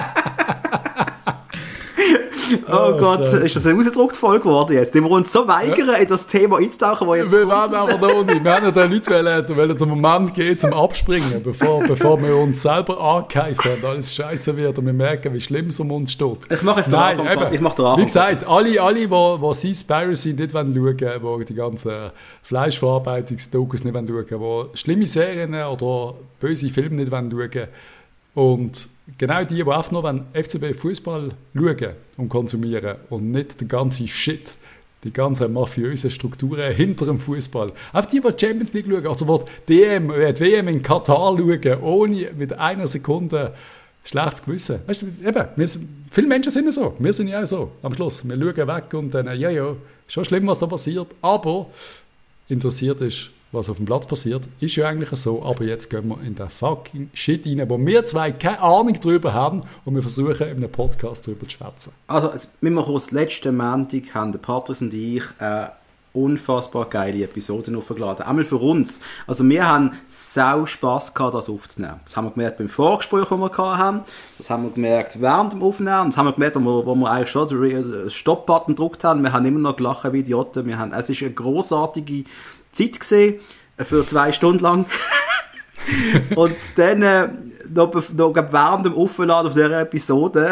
Oh Gott, Scheiße. Ist das eine ausgedruckte Folge geworden jetzt? Die wir uns so weigern, in das Thema einzutauchen, das jetzt wir kommt. Wir werden aber noch nicht. Wir haben ja den Leuten zum Moment gehen, zum Abspringen, bevor wir uns selber angreifen und alles scheiße wird und wir merken, wie schlimm es um uns steht. Ich mache es der Wie gesagt, alle, die Seaspiracy nicht schauen wollen, die die ganzen Fleischverarbeitungsdokus nicht schauen wollen, die schlimme Serien oder böse Filme nicht schauen wollen, und genau die einfach nur FCB-Fußball schauen und konsumieren und nicht den ganzen Shit, die ganzen mafiösen Strukturen hinter dem Fußball. Auch die Champions League schauen, oder die WM in Katar schauen, ohne mit einer Sekunde schlechtes Gewissen. Weißt du, eben, viele Menschen sind ja so. Wir sind ja auch so. Am Schluss, wir schauen weg und dann, schon schlimm, was da passiert, aber interessiert ist, was auf dem Platz passiert, ist ja eigentlich so, aber jetzt gehen wir in den fucking Shit rein, wo wir zwei keine Ahnung drüber haben und wir versuchen, in einem Podcast drüber zu schwätzen. Also, wir machen kurz, letzten Montag haben der Patrice und ich unfassbar geile Episoden aufgeladen. Einmal für uns. Also, wir haben sau Spass gehabt, das aufzunehmen. Das haben wir gemerkt beim Vorgespräch, das wir hatten. Das haben wir gemerkt während dem Aufnehmen. Das haben wir gemerkt, wo wir eigentlich schon den Stop-Button gedrückt haben. Wir haben immer noch gelacht wie Idioten. Es ist eine grossartige Zeit gesehen, für 2 Stunden lang. Und dann noch während dem Aufladen auf dieser Episode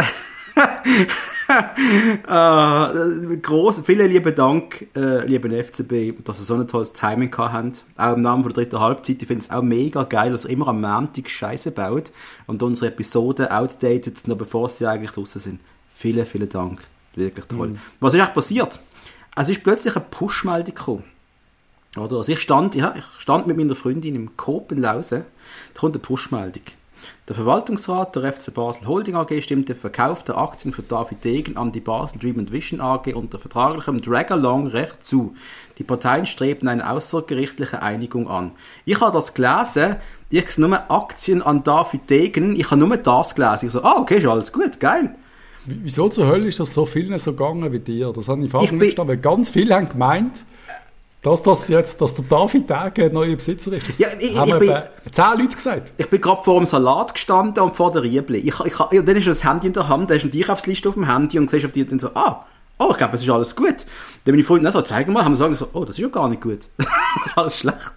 vielen lieben Dank, lieben FCB, dass ihr so ein tolles Timing gehabt habt. Auch im Namen von der dritten Halbzeit. Ich finde es auch mega geil, dass ihr immer am Montag Scheiße baut und unsere Episoden outdated, noch bevor sie eigentlich draussen sind. Vielen, vielen Dank. Wirklich toll. Was ist eigentlich passiert? Es ist plötzlich eine Push-Meldung gekommen. Oder? Also ich stand mit meiner Freundin im Coop in Lausen, da kommt eine Push-Meldung. Der Verwaltungsrat der FC Basel Holding AG stimmt den Verkauf der Aktien für David Degen an die Basel Dream & Vision AG unter vertraglichem Drag-Along-Recht zu. Die Parteien streben eine außergerichtliche Einigung an. Ich habe das gelesen, ich sehe nur Aktien an David Degen, ich habe nur das gelesen. Ich so, okay, ist alles gut, geil. Wieso zur Hölle ist das so vielen so gegangen wie dir? Das habe ich fast nicht verstanden, weil ganz viele haben gemeint, dass der David Degen ein neuer Besitzer ist. Das haben wir 10 Leute gesagt. Ich bin gerade vor dem Salat gestanden und vor der Riebli. Dann ist das Handy in der Hand, da ist eine Einkaufsliste auf dem Handy und siehst auf die dann so, ich glaube, es ist alles gut. Dann bin ich vorhin so, zeigen mal, haben wir gesagt, das ist ja gar nicht gut. Das ist alles schlecht.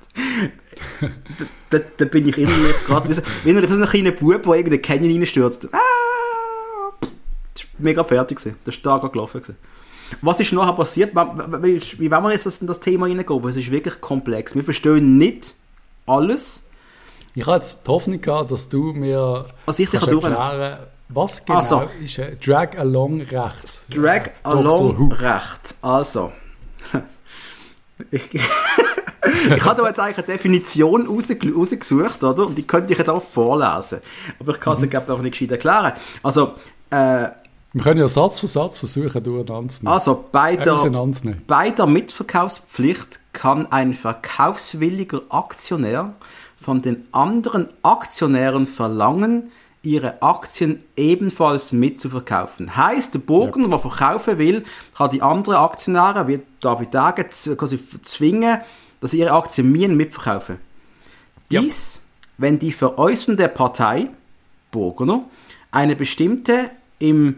da bin ich innerlich gerade, wie ein kleiner Bub, der irgendeinen Canyon reinstürzt. Das war mega fertig gewesen. Das ist da gerade gelaufen gewesen. Was ist nachher passiert? Wie wollen wir jetzt in das Thema reingehen? Es ist wirklich komplex. Wir verstehen nicht alles. Ich hatte jetzt die Hoffnung gehabt, dass du mir erklären, was genau ist Drag-Along-Recht? Drag-Along-Recht. Also. Ich habe da jetzt eigentlich eine Definition rausgesucht, oder? Und die könnte ich jetzt auch vorlesen. Aber ich kann es glaube ich auch nicht gescheit erklären. Also, wir können ja Satz für Satz versuchen, durcheinander zu nehmen. Also, bei der Mitverkaufspflicht kann ein verkaufswilliger Aktionär von den anderen Aktionären verlangen, ihre Aktien ebenfalls mitzuverkaufen. Heisst, der Burgner, der verkaufen will, kann die anderen Aktionäre, wie David Degen, quasi zwingen, dass sie ihre Aktien mitverkaufen. Dies, wenn die veräußernde Partei Burgener eine bestimmte im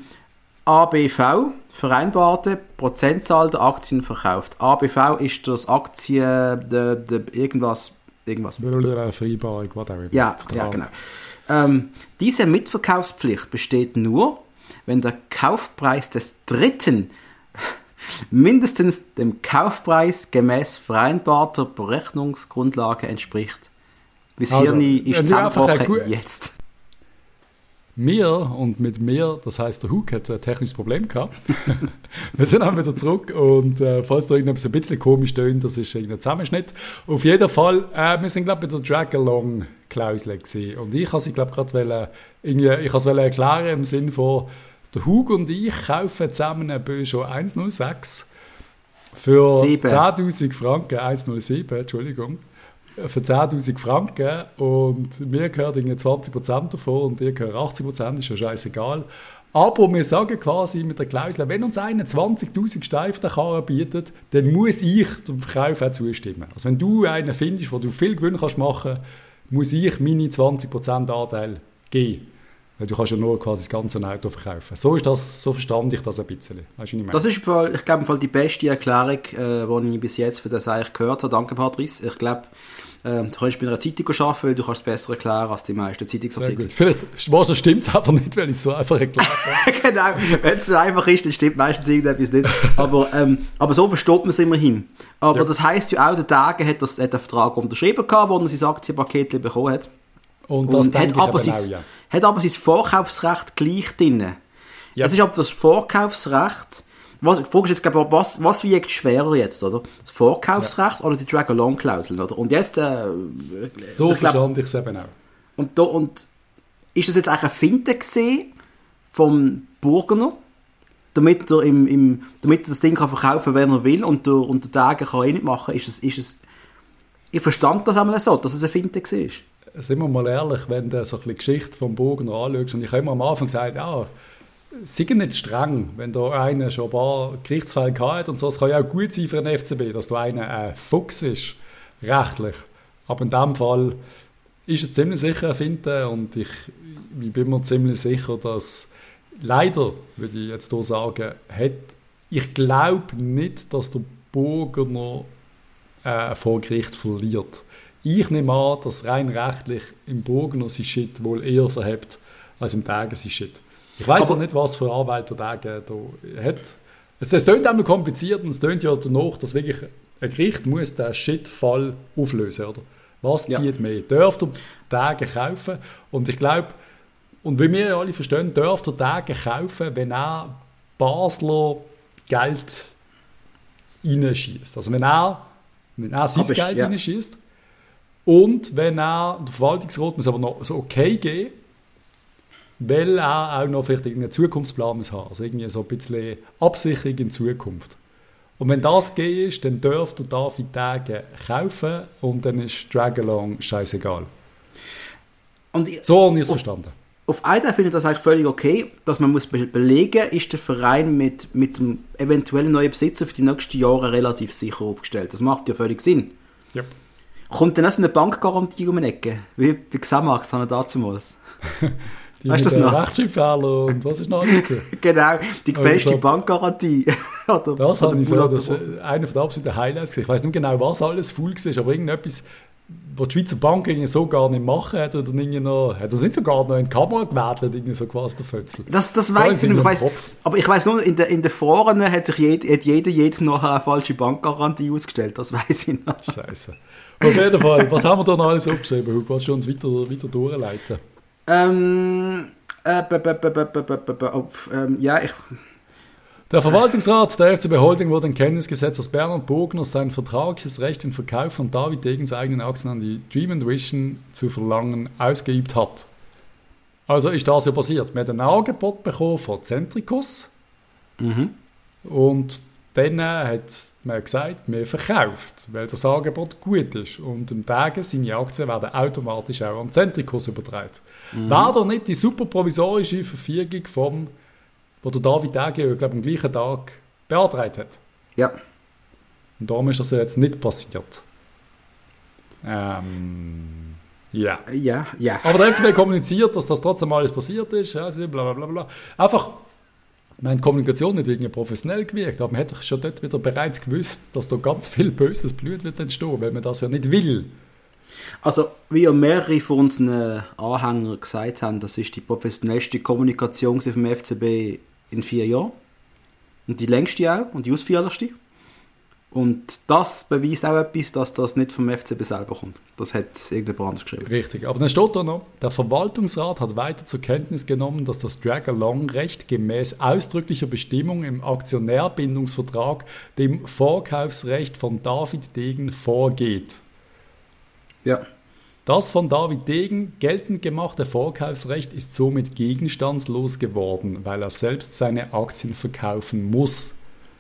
ABV vereinbarte Prozentzahl der Aktien verkauft. ABV ist das irgendwas. Vereinbarung, whatever. Ja, genau. Diese Mitverkaufspflicht besteht nur, wenn der Kaufpreis des Dritten mindestens dem Kaufpreis gemäß vereinbarter Berechnungsgrundlage entspricht. Bis Also, Hirni ist zusammengebrochen jetzt. Mir und mit mir, das heisst der Hug, hat ein technisches Problem gehabt. Wir sind dann wieder zurück und falls da irgendetwas ein bisschen komisch tönt, das ist irgendein Zusammenschnitt. Auf jeden Fall, wir sind glaube ich bei der Drag-Along-Klausel gewesen. Und ich habe sie glaube ich gerade erklären im Sinne von, der Hug und ich kaufen zusammen eine Peugeot 106 für 10'000 Franken, 107, Entschuldigung. Für 10'000 Franken und mir gehört 20% davon und ihr gehört 80%, ist ja scheißegal. Aber wir sagen quasi mit der Klausel, wenn uns einer 20'000 Steine Karren bietet, dann muss ich dem Verkauf auch zustimmen. Also wenn du einen findest, wo du viel Gewinn kannst machen, muss ich meine 20% Anteil geben. Weil du kannst ja nur quasi das ganze Auto verkaufen. So verstand ich das ein bisschen. Weißt du, was ich meine? Das ist, ich glaube, die beste Erklärung, die ich bis jetzt für das eigentlich gehört habe. Danke, Patrice. Ich glaube, du kannst bei einer Zeitung arbeiten, weil du kannst es besser erklären als die meisten Zeitungsartikel. Vielleicht stimmt es einfach nicht, weil ich es so einfach erklärt habe. Genau, wenn es so einfach ist, dann stimmt meistens irgendetwas nicht. Aber so versteht man es immerhin. Aber ja. Das heisst ja auch, der Tage hat den Vertrag unterschrieben gehabt, wo er sein Aktienpaket bekommen hat. Und das hat aber sein Vorkaufsrecht gleich drin. Ja. Es ist aber das Vorkaufsrecht. Die Frage ist jetzt, glaube ich, was wiegt schwerer jetzt, oder? Das Vorkaufsrecht oder die Drag-Along-Klausel, oder? Und jetzt, so verstand ich es eben auch. Und ist das jetzt eigentlich eine Finte gesehen vom Burgener, damit er damit er das Ding kann verkaufen, wenn er will, und der Tage kann nicht machen? Ist es, ich verstand das einmal so, dass es eine Finte war. Sind wir mal ehrlich, wenn du so ein bisschen die Geschichte vom Burgener anschaust, und ich habe immer am Anfang gesagt, ja, sei nicht streng, wenn da einer schon ein paar Gerichtsfälle hat und so. Es kann ja auch gut sein für den FCB, dass da einer ein Fuchs ist, rechtlich. Aber in diesem Fall ist es ziemlich sicher eine Finte und ich bin mir ziemlich sicher, dass leider, würde ich jetzt hier sagen, ich glaube nicht, dass der Burgener vor Gericht verliert. Ich nehme an, dass rein rechtlich im Burgener sein Shit wohl eher verhebt als im Tage sein Shit. Ich weiss auch nicht, was für Anwälte der Tage da hat. Es klingt einmal kompliziert und es klingt ja danach, dass wirklich ein Gericht muss den Shit-Fall auflösen, oder? Was zieht mehr? Dürft ihr Tage kaufen? Und ich glaube, und wie wir alle verstehen, dürft ihr Tage kaufen, wenn er Basler Geld reinschießt. Also wenn er sein Geld reinschießt und wenn der Verwaltungsrat muss aber noch so okay geben, weil er auch noch vielleicht irgendeinen Zukunftsplan muss haben, also irgendwie so ein bisschen Absicherung in Zukunft. Und wenn das gegeben ist, dann dürft ihr David Tage kaufen und dann ist Drag-Along scheißegal. So habe ich es verstanden. Auf einen finde ich das eigentlich völlig okay, dass man muss belegen, ist der Verein mit dem eventuellen neuen Besitzer für die nächsten Jahre relativ sicher aufgestellt. Das macht ja völlig Sinn. Yep. Kommt dann auch so eine Bankgarantie um die Ecke? Wie bei Xamax haben wir damals. Die weißt mit den Rechtschreibfehler und was ist noch alles? Genau, die gefälschte Bankgarantie. Das habe ich so, das ist einer der absoluten Highlights. Ich weiss nicht genau, was alles full war, aber irgendetwas, was die Schweizer Bank so gar nicht machen hat, oder hat das nicht sogar noch in die Kamera gewählt, so quasi der Fötzel. Das weiss ich nicht, aber ich weiss nur, in den Foren hat jeder noch eine falsche Bankgarantie ausgestellt, das weiss ich noch. Scheiße. Auf jeden Fall, was haben wir da noch alles aufgeschrieben? Du kannst uns weiter durchleiten. Der Verwaltungsrat der FCB Holding wurde in Kenntnis gesetzt, dass Bernhard Burgener sein vertragliches Recht im Verkauf von David Degens eigenen Aktien an die Dream & Vision zu verlangen ausgeübt hat. Also ist das ja passiert. Wir haben ein Angebot bekommen von Centricus und dann hat man gesagt, wir verkauft, weil das Angebot gut ist. Und am Tage seine Aktien werden automatisch auch an Centricus übertragen. Wäre doch nicht die super provisorische Verfügung wo der David Tage, glaube am gleichen Tag beantragt hat. Ja. Und darum ist das ja jetzt nicht passiert. Ja. Ja. Aber der FCB kommuniziert, dass das trotzdem alles passiert ist. Ja, bla bla bla bla. Einfach, meine die Kommunikation nicht irgendwie professionell gewirkt, aber man hätte schon dort wieder bereits gewusst, dass da ganz viel böses Blut wird entstehen, weil man das ja nicht will. Also, wie ja mehrere von unseren Anhängern gesagt haben, das ist die professionellste Kommunikation vom FCB in 4 Jahren. Und die längste auch und die ausführlichste. Und das beweist auch etwas, dass das nicht vom FCB selber kommt. Das hat irgendjemand anders geschrieben. Richtig, aber dann steht da noch, der Verwaltungsrat hat weiter zur Kenntnis genommen, dass das Drag-Along-Recht gemäß ausdrücklicher Bestimmung im Aktionärbindungsvertrag dem Vorkaufsrecht von David Degen vorgeht. Ja. Das von David Degen geltend gemachte Vorkaufsrecht ist somit gegenstandslos geworden, weil er selbst seine Aktien verkaufen muss.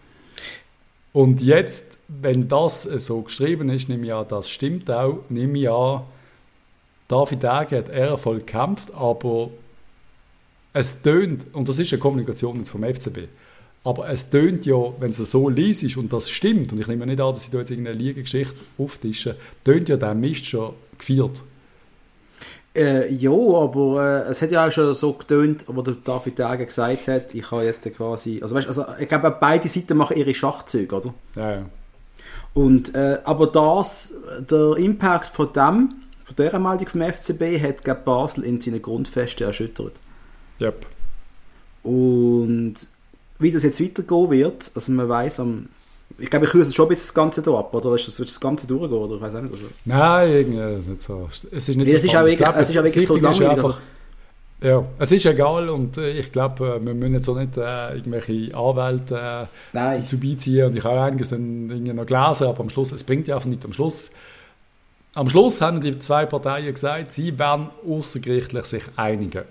Und jetzt, wenn das so geschrieben ist, nehme ich an, das stimmt auch, nehme ich an, David Degen hat ehrenvoll gekämpft, aber es tönt, und das ist eine Kommunikation jetzt vom FCB, aber es tönt ja, wenn es so liest und das stimmt, und ich nehme nicht an, dass ich da jetzt irgendeine Liegegeschichte auftische, tönt ja der Mist schon gefeiert. Ja, aber es hat ja auch schon so getönt, wo der David Degen gesagt hat, ich habe jetzt quasi, also weißt, also ich glaube, beide Seiten machen ihre Schachzüge, oder? Ja. Und, aber der Impact von dieser Meldung vom FCB hat, glaube Basel in seinen Grundfesten erschüttert. Yep. Und wie das jetzt weitergehen wird, also man weiss ich glaube, ich kürze schon ein bisschen das Ganze hier ab, oder? Wird das Ganze durchgehen, oder? Ich weiß auch nicht. Also. Nein, irgendwie ist nicht so. Es ist nicht so. Es ist auch wirklich so langweilig. Ja, es ist egal und ich glaube, wir müssen jetzt auch nicht irgendwelche Anwälte dazu beiziehen und ich habe einiges dann irgendwie noch gelesen, aber am Schluss, es bringt ja einfach nicht am Schluss haben die 2 Parteien gesagt, sie werden außergerichtlich sich einigen.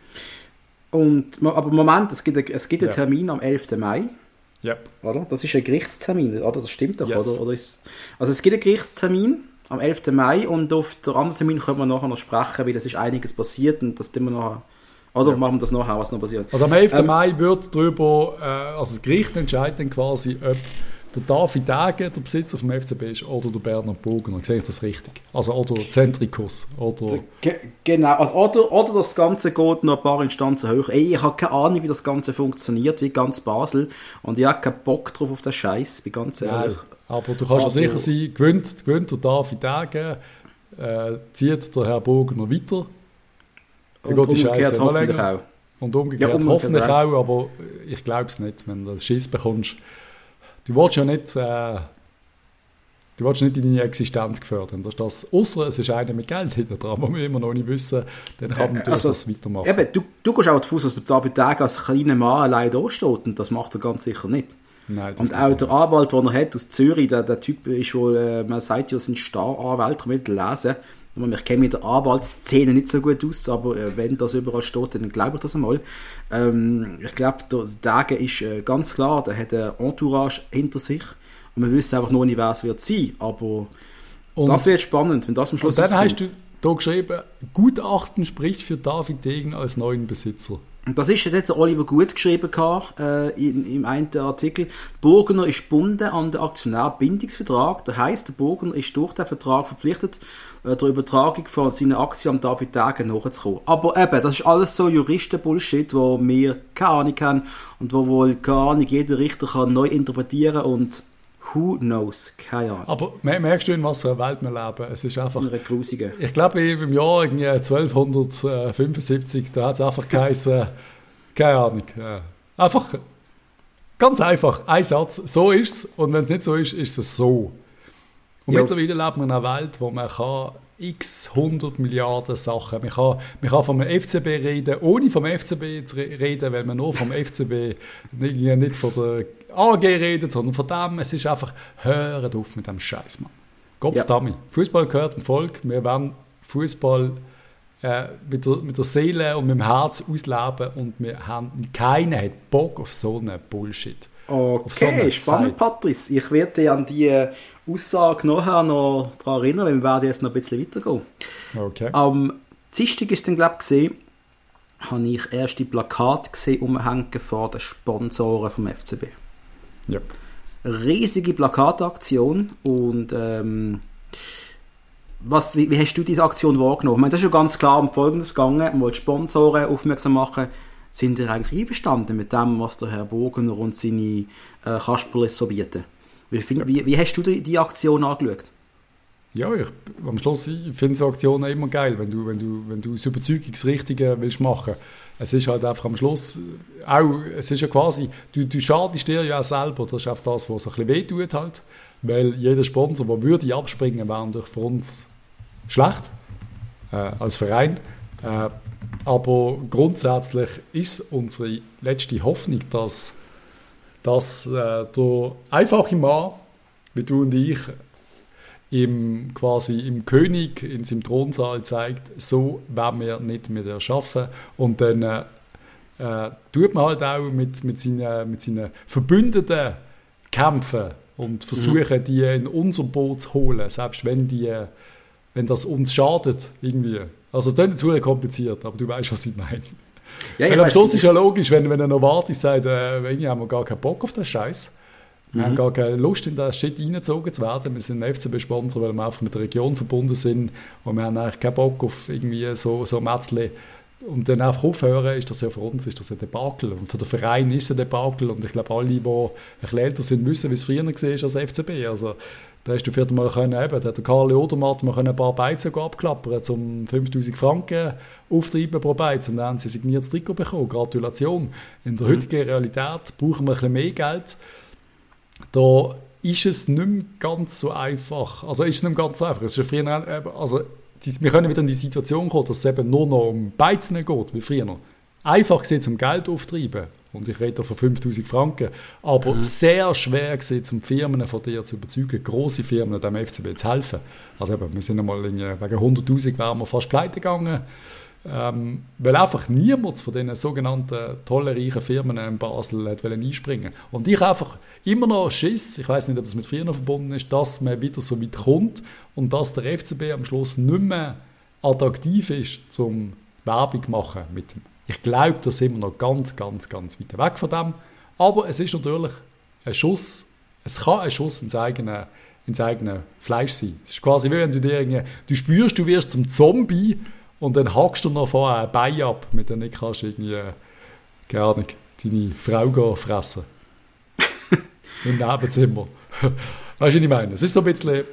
Aber Moment, es gibt einen Termin am 11. Mai. Yep. Oder? Das ist ein Gerichtstermin, oder? Das stimmt doch, yes. Oder also es gibt einen Gerichtstermin am 11. Mai und auf den anderen Termin können wir nachher noch sprechen, weil es ist einiges passiert und das tun wir nachher. Oder machen wir das nachher, was noch passiert. Also am 11. Mai wird darüber, also das Gericht entscheidet dann quasi, ob der David Degen der Besitzer vom FCB ist oder der Bernhard Bogner. Sehe ich das richtig? Also oder Zentricus. Oder genau, also, oder das Ganze geht noch ein paar Instanzen höher. Ich habe keine Ahnung, wie das Ganze funktioniert, wie ganz Basel. Und ich habe keinen Bock drauf auf den Scheiß, bin ganz ehrlich. Nein, aber du kannst ja sicher sein, gewinnt der David Degen, zieht der Herr Bogner weiter. Und umgekehrt hoffentlich auch. Und umgekehrt hoffentlich auch, aber ich glaube es nicht, wenn du Schiss bekommst. Du willst ja nicht, deine Existenz gefördern. Das ist das, ausser es ist einer mit Geld hinter dran, wo wir immer noch nicht wissen, dann kann man das weitermachen. Eben, du gehst auch davon aus, dass der David Degen als kleiner Mann allein da steht und das macht er ganz sicher nicht. Nein, und auch der Anwalt, den er hat aus Zürich, der Typ ist wohl, man sagt ja, es ist ein Staranwalt, kann man lesen. Ich kenne mit der Anwaltsszene nicht so gut aus, aber wenn das überall steht, dann glaube ich das einmal. Ich glaube, der Degen ist ganz klar, der hat eine Entourage hinter sich und wir wissen einfach noch nicht, wer es wird sein. Aber das wird spannend, wenn das am Schluss rauskommt. Und dann hast du hier geschrieben, Gutachten spricht für David Degen als neuen Besitzer. Und das hat der Oliver Gut geschrieben im einen Artikel. Bogner ist gebunden an den Aktionärbindungsvertrag. Das heisst, der Bogner ist durch den Vertrag verpflichtet, der Übertragung von seinen Aktien am David Degen nachzukommen. Aber eben, das ist alles so Juristen-Bullshit, wo wir keine Ahnung haben und wo wohl keine Ahnung jeder Richter kann neu interpretieren und who knows? Keine Ahnung. Aber merkst du, in was für einer Welt wir leben? Es ist einfach... Eine grusige. Ich glaube, im Jahr 1275, da hat es einfach geheißen, keine Ahnung. Einfach, ganz einfach, ein Satz, so ist es. Und wenn es nicht so ist, ist es so. Und mittlerweile leben wir in einer Welt, wo man kann x 100 Milliarden Sachen, man kann vom FCB reden, ohne vom FCB zu reden, weil man nur vom FCB nicht von der AG redet, sondern von dem. Es ist einfach, hört auf mit dem Scheiß, Mann. Kopfdammi. Fußball gehört dem Volk. Wir wollen Fußball mit der Seele und mit dem Herz ausleben und keiner hat Bock auf so einen Bullshit. Okay, spannend, Patrice. Ich werde dich an die Aussage nachher noch daran erinnern, weil wir werden jetzt noch ein bisschen weitergehen. Okay. Am Dienstag ist dann, glaube ich, habe ich erste Plakate gesehen, umhängen vor den Sponsoren vom FCB. Yep. Riesige Plakataktion und wie hast du diese Aktion wahrgenommen? Ich meine, das ist ja ganz klar um Folgendes gegangen, man wollte Sponsoren aufmerksam machen. Sind ihr eigentlich einverstanden mit dem, was der Herr Burgener und seine Kasperlis so bieten? Wie hast du die Aktion angeschaut? Ja, am Schluss finde ich so Aktionen immer geil, wenn du das Überzeugungsrichtige willst machen. Es ist halt einfach am Schluss auch, es ist ja quasi, du schadest dir ja auch selber, das ist auch das, was so ein bisschen wehtut halt, weil jeder Sponsor, der würde abspringen, wäre natürlich für uns schlecht, als Verein. Aber grundsätzlich ist unsere letzte Hoffnung, dass der einfache Mann, wie du und ich, quasi im König in seinem Thronsaal zeigt, so werden wir nicht mehr schaffen. Und dann tut man halt auch mit seinen Verbündeten kämpfen und versuchen, die in unser Boot zu holen, selbst wenn das uns schadet irgendwie. Also das ist zu kompliziert, aber du weißt, was ich meine. Ja, weil am Schluss ist ja logisch, wenn ein Novartis sagt, irgendwie haben wir gar keinen Bock auf den Scheiß. Wir haben gar keine Lust, in den Shit reingezogen zu werden. Wir sind ein FCB-Sponsor, weil wir einfach mit der Region verbunden sind. Und wir haben eigentlich keinen Bock auf irgendwie so Mätzle. Und dann einfach aufhören, ist das ja für uns ein Debakel. Und für den Verein ist es ein Debakel. Und ich glaube, alle, die ein bisschen älter sind, wissen, wie es früher war als FCB. Also, da hast du vielleicht mal der Karl Odermatt mal ein paar Beizen abklappern, um 5'000 Franken auftreiben pro Beiz. Und dann haben sie ein signiertes Trikot bekommen. Gratulation. In der heutigen Realität brauchen wir ein bisschen mehr Geld. Da ist es nicht mehr ganz so einfach. Also ist es nicht mehr ganz so einfach. Es ist früher, wir können wieder in die Situation kommen, dass es eben nur noch um Beizen geht, wie früher. Einfach gesehen, um Geld auftreiben. Und ich rede hier von 5'000 Franken. Aber sehr schwer gesehen, um Firmen von dir zu überzeugen, grosse Firmen dem FCB zu helfen. Also eben, wir sind einmal wegen 100'000 wären wir fast pleite gegangen. Weil einfach niemand von diesen sogenannten tollen, reichen Firmen in Basel einspringen wollte. Und ich einfach immer noch Schiss, ich weiss nicht, ob das mit früher noch verbunden ist, dass man wieder so weit kommt und dass der FCB am Schluss nicht mehr attraktiv ist, zum Werbung zu machen mit dem. Ich glaube, da sind wir noch ganz, ganz, ganz weit weg von dem. Aber es ist natürlich ein Schuss, es kann ein Schuss ins eigene Fleisch sein. Es ist quasi wie wenn du spürst, du wirst zum Zombie. Und dann hackst du noch vorher ein Bein ab, mit dem nicht kannst du irgendwie, keine Ahnung, deine Frau fressen. Im Nebenzimmer. Weißt du, was ich meine? Es ist so ein bisschen,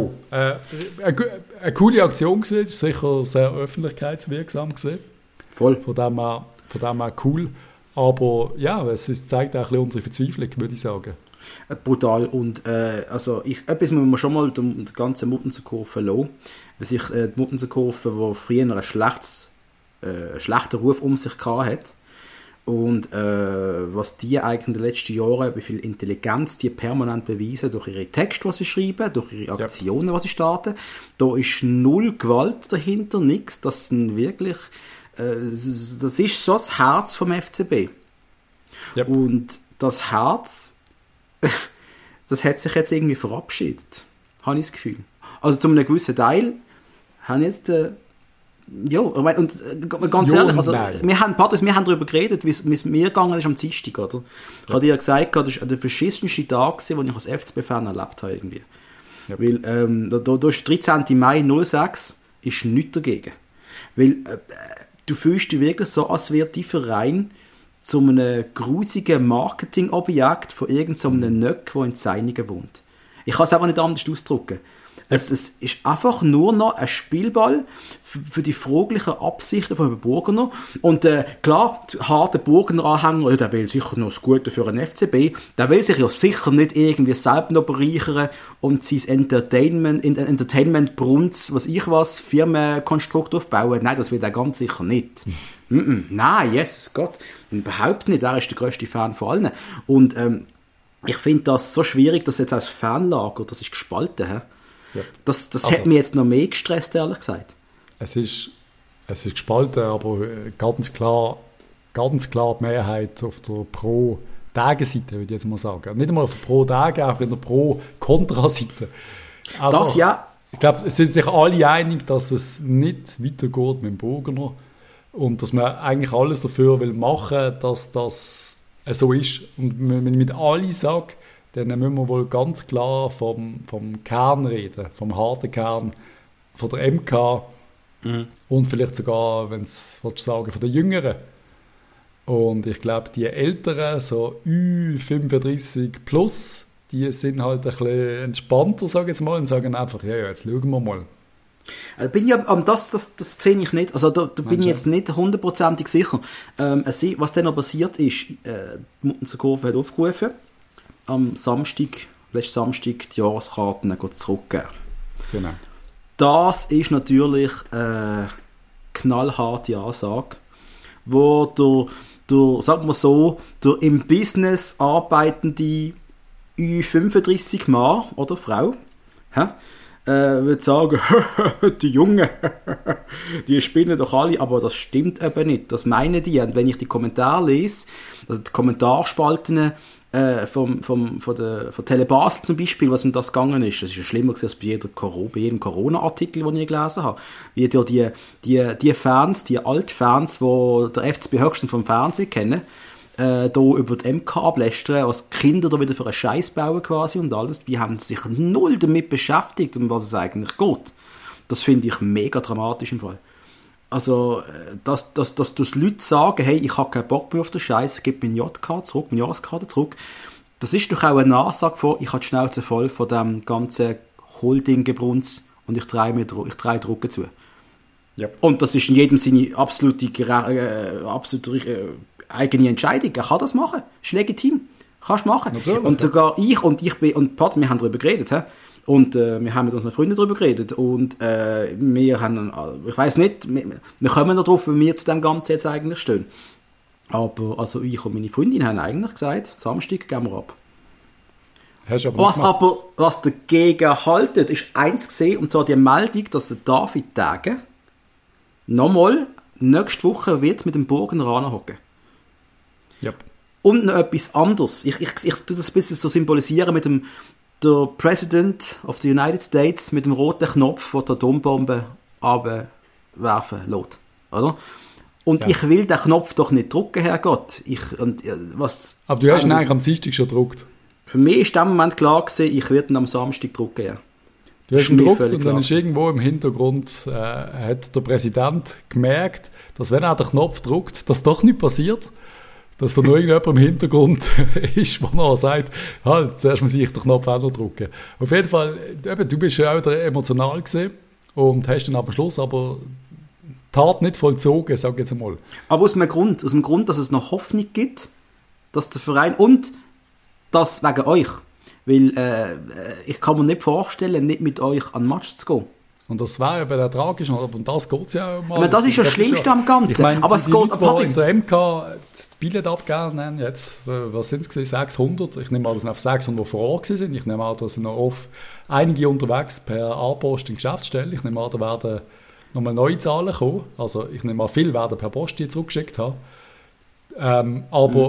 eine coole Aktion gewesen, es ist sicher sehr öffentlichkeitswirksam gewesen. Voll. Von dem her cool. Aber ja, zeigt auch ein bisschen unsere Verzweiflung, würde ich sagen. Brutal. Und etwas muss man schon mal der ganzen Muttenser-Kurve lassen. Die Muttenser-Kurve, die früher einen schlechten Ruf um sich hatte. Und was die eigentlich in den letzten Jahren, wie viel Intelligenz die permanent beweisen, durch ihre Texte, die sie schreiben, durch ihre Aktionen, die sie starten. Da ist null Gewalt dahinter, nichts. Das sind wirklich, das ist so das Herz vom FCB. Yep. Und das Herz, das hat sich jetzt irgendwie verabschiedet, habe ich das Gefühl. Also zu einem gewissen Teil haben jetzt ganz ehrlich, also, wir haben darüber geredet, wie es mir gegangen ist am Dienstag, oder? Ich habe dir ja gesagt, das war der verschissenste Tag, den ich als FCB-Fan erlebt habe. Irgendwie. Ja. Weil da ist 13. Mai 06 ist nichts dagegen. Weil du fühlst dich wirklich so, als wäre dein Verein zu einem grusigen Marketingobjekt von irgendeinem Nöck, der in Seiningen wohnt. Ich kann es einfach nicht anders ausdrücken. Es ist einfach nur noch ein Spielball für die fraglichen Absichten von Herrn Burgener. Und klar, der harte Burgener-Anhänger, der will sicher noch das Gute für einen FCB, der will sich ja sicher nicht irgendwie selbst noch bereichern und sein Entertainment-Brunz, Firmenkonstrukt aufbauen. Nein, das will er ganz sicher nicht. Nein, Jesus Gott, überhaupt nicht. Er ist der grösste Fan von allen. Und ich finde das so schwierig, dass jetzt als Fanlager, das ist gespalten, he? Ja. Das hat mich jetzt noch mehr gestresst, ehrlich gesagt. Es ist gespalten, aber ganz klar die Mehrheit auf der Pro-Tage-Seite, würde ich jetzt mal sagen. Nicht einmal auf der Pro-Tage, aber in der Pro-Kontra-Seite. Das ja. Ich glaube, es sind sich alle einig, dass es nicht weitergeht mit dem Burgener und dass man eigentlich alles dafür will machen, dass das so ist. Und wenn ich mit alle sage, dann müssen wir wohl ganz klar vom Kern reden, vom harten Kern von der MK und vielleicht sogar, wenn es sagen, von den Jüngeren. Und ich glaube, die Älteren, so Ü35 plus, die sind halt ein bisschen entspannter, sage ich jetzt mal, und sagen einfach, ja, jetzt schauen wir mal. Bin ja, das sehe ich nicht. Also da bin ich jetzt nicht hundertprozentig sicher. Was dann noch passiert ist, die Muttenzer-Kurve hat aufgerufen, am letzten Samstag, die Jahreskarten zurückgeben. Genau. Das ist natürlich eine knallharte Ansage, wo sagen wir so, der im Business arbeitende Ü35 Mann oder Frau würde sagen, die Jungen, die spinnen doch alle, aber das stimmt eben nicht. Das meinen die. Und wenn ich die Kommentare lese, also die Kommentarspalten von Telebasel zum Beispiel, was um das gegangen ist, das ist ja schlimmer als bei jedem Corona-Artikel, den ich gelesen habe. Wie die Fans, die Altfans, die der FCB höchstens vom Fernsehen kennen, da über die MK ablästern, was Kinder da wieder für einen Scheiß bauen quasi und alles. Die haben sich null damit beschäftigt, um was es eigentlich geht. Das finde ich mega dramatisch im Fall. Also, dass die Leute sagen, hey, ich habe keinen Bock mehr auf den Scheiß, gib meine JK zurück, meine Jahreskarte zurück, das ist doch auch eine Nachsage von, ich habe die Schnauze voll von dem ganzen Holding-Gebrunz und ich drehe Druck zu. Yep. Und das ist in jedem Sinne absolute eigene Entscheidung. Er kann das machen. Ist legitim. Kannst du machen. Natürlich, und sogar wir haben darüber geredet, he? Und wir haben mit unseren Freunden darüber geredet und wir haben, ich weiss nicht, wir kommen noch drauf, wie wir zu dem Ganzen jetzt eigentlich stehen. Aber also ich und meine Freundin haben eigentlich gesagt, Samstag gehen wir ab. Was dagegen haltet, ist eins gesehen, und zwar die Meldung, dass der David Tage nochmal nächste Woche wird mit dem Burgenraner hocken. Yep. Und noch etwas anderes. Ich tue das ein bisschen so symbolisieren mit dem der President of the United States mit dem roten Knopf, der die Atombombe abwerfen lässt. Oder? Und ja. Ich will den Knopf doch nicht drücken, Herrgott. Aber du hast ihn eigentlich am Dienstag schon gedruckt. Für mich ist in dem Moment klar gewesen, ich werde ihn am Samstag drücken, ja. Du hast ihn gedruckt und dann ist irgendwo im Hintergrund hat der Präsident gemerkt, dass wenn er den Knopf drückt, das doch nicht passiert. Dass da noch irgendjemand im Hintergrund ist, der noch sagt, halt, zuerst muss ich den Knopf auch noch drücken. Auf jeden Fall, eben, du bist ja auch emotional gewesen und hast dann am Schluss aber Tat nicht vollzogen, sag ich jetzt einmal. Aber aus dem Grund, dass es noch Hoffnung gibt, dass der Verein, und das wegen euch, weil ich kann mir nicht vorstellen, nicht mit euch an den Match zu gehen. Und das wäre eben der tragisch, und das geht es ja mal. Aber das ist ja das Schlimmste am Ganzen. Ich meine, aber es geht Leute, die in der MK das Billett abgeben jetzt, was sind es gewesen, 600? Ich nehme an, das sind auf 600, die vor Ort sind. Ich nehme an, da sind noch oft einige unterwegs per A-Post in Geschäftsstelle. Ich nehme an, da werden nochmal neue Zahlen kommen. Also ich nehme an, viele werden per Post die zurückgeschickt haben.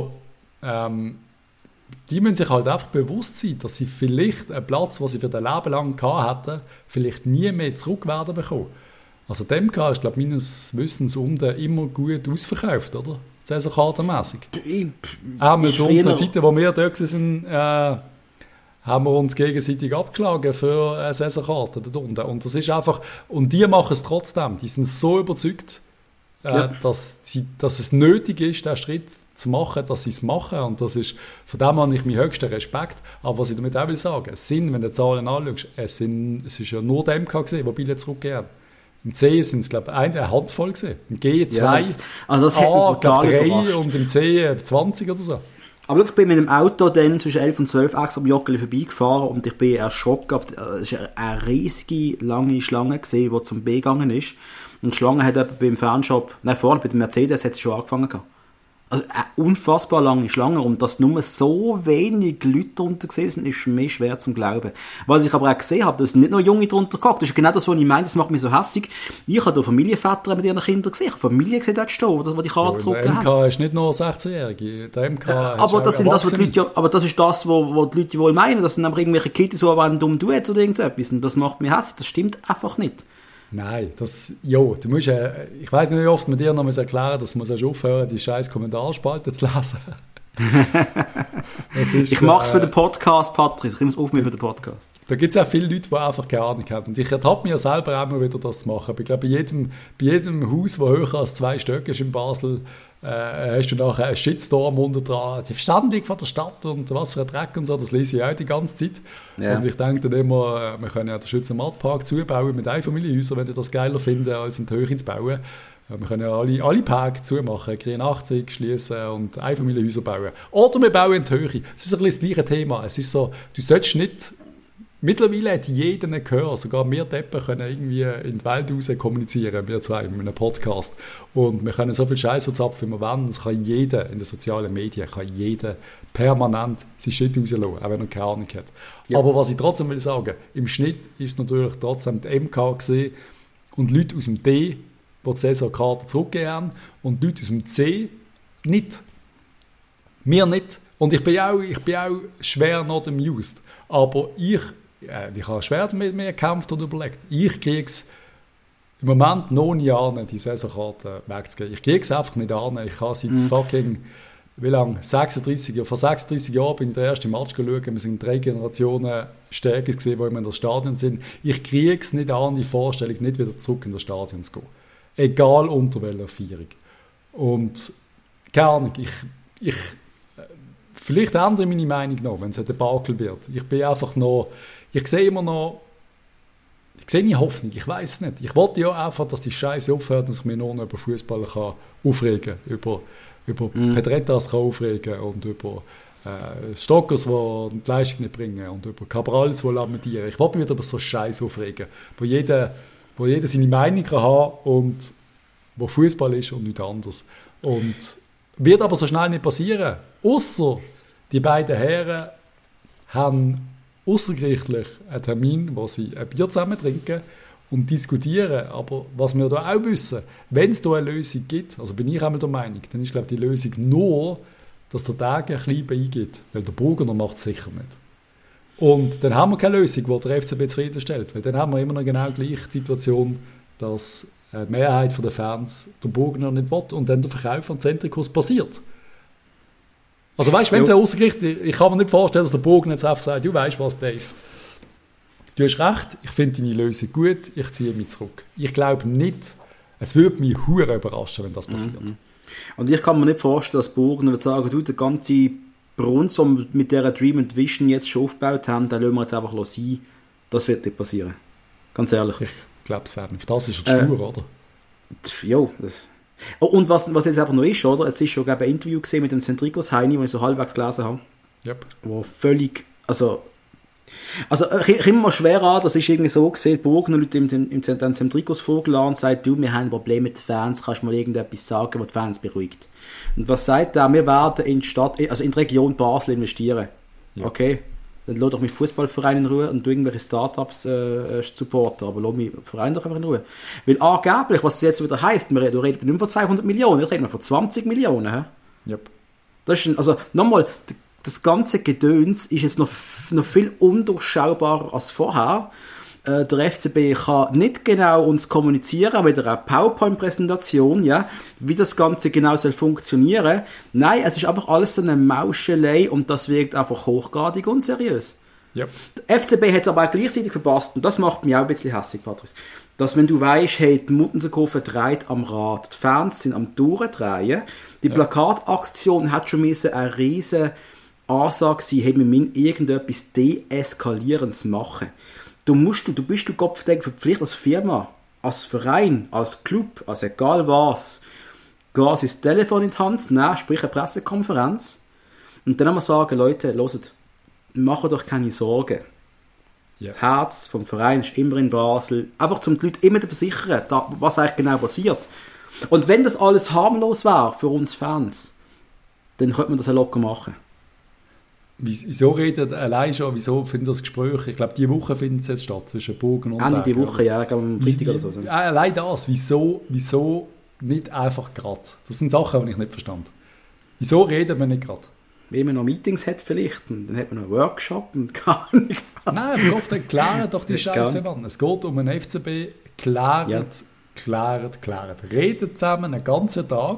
Die müssen sich halt einfach bewusst sein, dass sie vielleicht einen Platz, den sie für das Leben lang hatten, vielleicht nie mehr zurück werden bekommen. Also die MK ist, glaube ich, meines Wissens unten immer gut ausverkauft, oder? Saisonkartenmässig. Haben wir zu unserer Zeiten, wo wir dort waren, haben wir uns gegenseitig abgeschlagen für eine Saisonkarte dort unten. Und das ist einfach, und die machen es trotzdem. Die sind so überzeugt, dass es nötig ist, diesen Schritt zu machen, dass sie es machen. Und das ist, von dem habe ich meinen höchsten Respekt. Aber was ich damit auch will sagen, wenn du die Zahlen anschaust, es ist ja nur der MK gewesen, der Billett zurückgegeben. Im C sind es, glaube ich, eine Handvoll gewesen. Im G 2, das A, 3 und im C 20 oder so. Aber ich bin mit dem Auto dann zwischen 11 und 12 extra am Joggeli vorbeigefahren und ich bin erschrocken. Es war eine riesige, lange Schlange gewesen, die zum B gegangen ist. Und die Schlange hat eben beim Fanshop, vorne bei dem Mercedes hat sie schon angefangen gehabt. Also eine unfassbar lange Schlange, und dass nur so wenig Leute drunter gesehen sind, ist für mich schwer zu glauben. Was ich aber auch gesehen habe, dass nicht nur Junge drunter gehockt. Das ist genau das, was ich meine, das macht mich so hässig. Ich habe da Familienväter mit ihren Kindern gesehen. Familie gesehen dort stehen, wo die Karte zurückgegeben haben. Der MK ist nicht nur 16-Jährige. Der MK aber das sind das, was die Leute, aber das ist das, was die Leute wohl meinen. Das sind einfach irgendwelche Kids, die einen dumm tun oder irgend so etwas. Und das macht mich hässig. Das stimmt einfach nicht. Nein, du musst ich weiss nicht, wie oft mit dir noch erklären, dass man aufhören, die scheiß Kommentarspalte zu lesen. Ich mache es für den Podcast, Patrick. Ich nehme es auf mir für den Podcast. Da gibt es auch viele Leute, die einfach keine Ahnung haben. Und ich ertappe mich ja selber auch mal wieder, das zu machen. Aber ich glaube, bei jedem Haus, das höher als 2 Stöcke ist in Basel, hast du nachher einen Shitstorm unter dran. Die Verständigung von der Stadt und was für ein Dreck und so, das lese ich auch die ganze Zeit. Ja. Und ich denke dann immer, wir können ja den Schützenmattpark zubauen mit Einfamilienhäusern, wenn ihr das geiler findet, als in die Höhe zu bauen. Wir können ja alle Parks zumachen, Green 80 schließen und Einfamilienhäuser bauen. Oder wir bauen in die Höhe. Das ist ein bisschen das gleiche Thema. Es ist so, du solltest nicht... Mittlerweile hat jeder einen Gehör, sogar wir Deppen können irgendwie in die Welt raus kommunizieren, wir zwei mit einem Podcast. Und wir können so viel Scheiß verzapfen, wie wir wollen. Das kann jeder in den sozialen Medien, kann jeder permanent sein Shit rauslassen, auch wenn er keine Ahnung hat. Ja. Aber was ich trotzdem will sagen, im Schnitt ist natürlich trotzdem die MK gesehen und Leute aus dem D, die Saisonkarte zurückgegeben haben, und Leute aus dem C nicht. Wir nicht. Und ich bin auch schwer not amused. Aber ich habe schwer damit mir gekämpft und überlegt. Ich kriege es im Moment noch nie an, die Saisonkarte wegzugeben. Ich kriege es einfach nicht an. Ich habe seit fucking, wie lange? Vor 36 Jahren bin ich den ersten Match geschaut. Wir sind 3 Generationen Stärke gesehen, die immer in das Stadion sind. Ich kriege es nicht an, die Vorstellung, nicht wieder zurück in das Stadion zu gehen. Egal unter welcher Feierung. Und keine Ahnung, vielleicht ändere ich meine Meinung noch, wenn es ein Debakel wird. Ich sehe immer noch, ich sehe eine Hoffnung, ich weiß es nicht. Ich wollte ja einfach, dass die Scheiße aufhört und ich mich nur noch über Fußball aufregen kann, über Pedrettas kann aufregen und über Stockers, die die Leistung nicht bringen und über Cabrals, die lamentieren. Ich wollte mich wieder über so Scheiße aufregen, wo jeder seine Meinung kann haben und wo Fußball ist und nichts anderes. Und wird aber so schnell nicht passieren, ausser die beiden Herren haben außergerichtlich einen Termin, wo sie ein Bier zusammen trinken und diskutieren. Aber was wir da auch wissen, wenn es da eine Lösung gibt, also bin ich einmal der Meinung, dann ist, glaube ich, die Lösung nur, dass der Tag ein bisschen eingibt, weil der Burgener macht es sicher nicht. Und dann haben wir keine Lösung, die der FCB zufriedenstellt, weil dann haben wir immer noch genau die gleiche Situation, dass die Mehrheit der Fans den Burgener nicht will und dann der Verkauf von Zentrikos passiert. Also weißt du, wenn es außergericht, ich kann mir nicht vorstellen, dass der Burgener jetzt einfach sagt, du weißt was, Dave, du hast recht, ich finde deine Lösung gut, ich ziehe mich zurück. Ich glaube nicht, es würde mich hure überraschen, wenn das passiert. Und ich kann mir nicht vorstellen, dass Burgener wird sagen, du, der ganze Brunz, den wir mit dieser Dream and Vision jetzt schon aufgebaut haben, den lassen wir jetzt einfach sein. Das wird nicht passieren. Ganz ehrlich. Ich glaube es auch nicht. Das ist jetzt stur, oder? Ja, und was jetzt einfach noch ist, oder? Jetzt ist schon ein Interview gesehen mit dem Zentrikos Heini, das ich so halbwegs gelesen habe. Yep. Wo völlig, also ich immer mal schwer an, das ist irgendwie so gesehen, die Burgener Leute im Zentrikos vorgeladen und sagt, du, wir haben ein Problem mit den Fans, kannst du mal irgendetwas sagen, was die Fans beruhigt. Und was sagt er? Wir werden in die Region Basel investieren. Ja. Okay, dann lass doch mit Fußballverein in Ruhe und du irgendwelche Startups supporten, aber lass mich Verein doch einfach in Ruhe. Weil angeblich, was es jetzt wieder heisst, du redest nicht von 200 Millionen, ich rede von 20 Millionen. He? Yep. Das ist also nochmal, das ganze Gedöns ist jetzt noch viel undurchschaubarer als vorher. Der FCB kann nicht genau uns kommunizieren mit einer PowerPoint-Präsentation, ja, wie das Ganze genau soll funktionieren. Nein, es ist einfach alles so eine Mauschelei und das wirkt einfach hochgradig unseriös. Yep. Der FCB hat es aber auch gleichzeitig verpasst und das macht mich auch ein bisschen hässlich, Patrice. Dass wenn du weißt, hey, die Muttenserkurve dreht am Rad, die Fans sind am Durchdrehen, die Plakataktion hat schon eine riesige Ansage sein, hey, wir müssen irgendetwas Deeskalierendes machen. Du bist Kopfdeck verpflichtet als Firma, als Verein, als Club, als egal was. Geh ins Telefon in die Hand, nehmen, sprich eine Pressekonferenz und dann einmal sagen, Leute, hört, macht euch keine Sorgen. Yes. Das Herz vom Verein ist immer in Basel. Einfach um die Leute immer zu versichern, was eigentlich genau passiert. Und wenn das alles harmlos wäre für uns Fans, dann könnte man das ja locker machen. Wieso findet das Gespräch, ich glaube, diese Woche findet es jetzt statt, zwischen Bogen und Ende die Woche, ja, am Freitag oder so. Allein das, wieso nicht einfach gerade? Das sind Sachen, die ich nicht verstand. Wieso reden wir nicht gerade? Wenn man noch Meetings hat vielleicht, und dann hat man noch einen Workshop und gar nicht. Nein, aber oft klären doch die Scheiße, Mann. Es geht um einen FCB, klärt. Redet zusammen einen ganzen Tag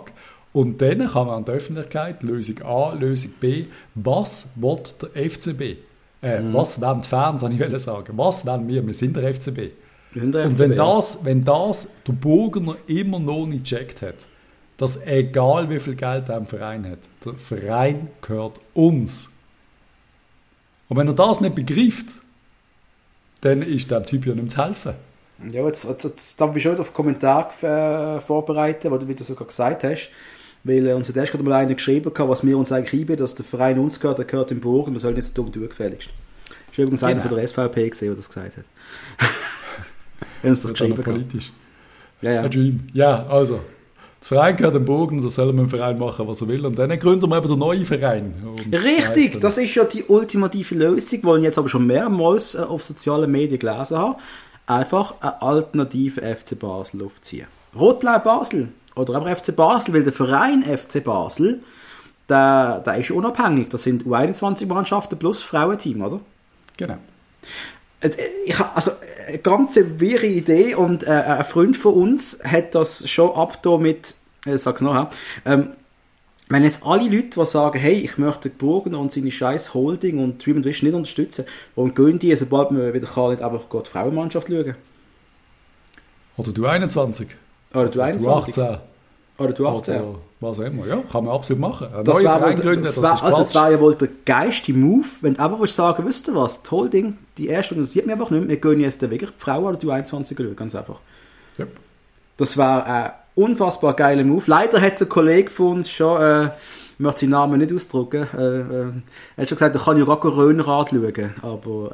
Und dann kann man an die Öffentlichkeit, Lösung A, Lösung B, was will der FCB? Was wollen die Fans, wollte ich sagen. Was wollen wir? Wir sind der FCB. Und wenn das der Burgener immer noch nicht gecheckt hat, dass egal wie viel Geld er im Verein hat, der Verein gehört uns. Und wenn er das nicht begreift, dann ist dem Typ ja nicht mehr zu helfen. Ja, jetzt darf ich schon auf Kommentar vorbereiten, wie du sogar gesagt hast. Weil uns hat erst gerade mal einer geschrieben, was wir uns eigentlich einbilden, dass der Verein uns gehört, der gehört im Burg und wir sollen nicht so dumm durchgefälligst. Das war übrigens einer von der SVP gesehen, der das gesagt hat. Wenn uns das geschrieben politisch. Ja. Ein Dream. Ja, also. Der Verein gehört dem Burg und das soll man im Verein machen, was er will. Und dann gründen wir eben den neuen Verein. Richtig, das ist ja die ultimative Lösung, die ich jetzt aber schon mehrmals auf sozialen Medien gelesen habe. Einfach eine alternative FC Basel aufziehen. Rot-Blau Basel oder aber FC Basel, weil der Verein FC Basel, der ist unabhängig. Das sind U21-Mannschaften plus Frauenteam, oder? Genau. Also eine ganz wirre Idee und ein Freund von uns hat das schon abgetan mit, ich sag's nachher, wenn jetzt alle Leute, die sagen, hey, ich möchte Burgener und seine scheiß Holding und Dream & Wish nicht unterstützen, warum gehen die, sobald man wieder kann, nicht einfach die Frauenmannschaft schauen? Oder du 21. Oder du 21. Du 18. Oder du 18. Oder was auch immer. Ja, kann man absolut machen. Das wäre ja wohl der geilste Move, wenn du einfach sagen, wisst ihr was, die Holding, die erste interessiert mich einfach nicht mehr, wir gehen jetzt wirklich die Frauen oder die 21 schauen, ganz einfach. Yep. Das war ein unfassbar geiler Move. Leider hat es ein Kollege von uns schon, ich möchte seinen Namen nicht ausdrücken, er hat schon gesagt, er kann ja gar kein Röhnrad schauen, aber...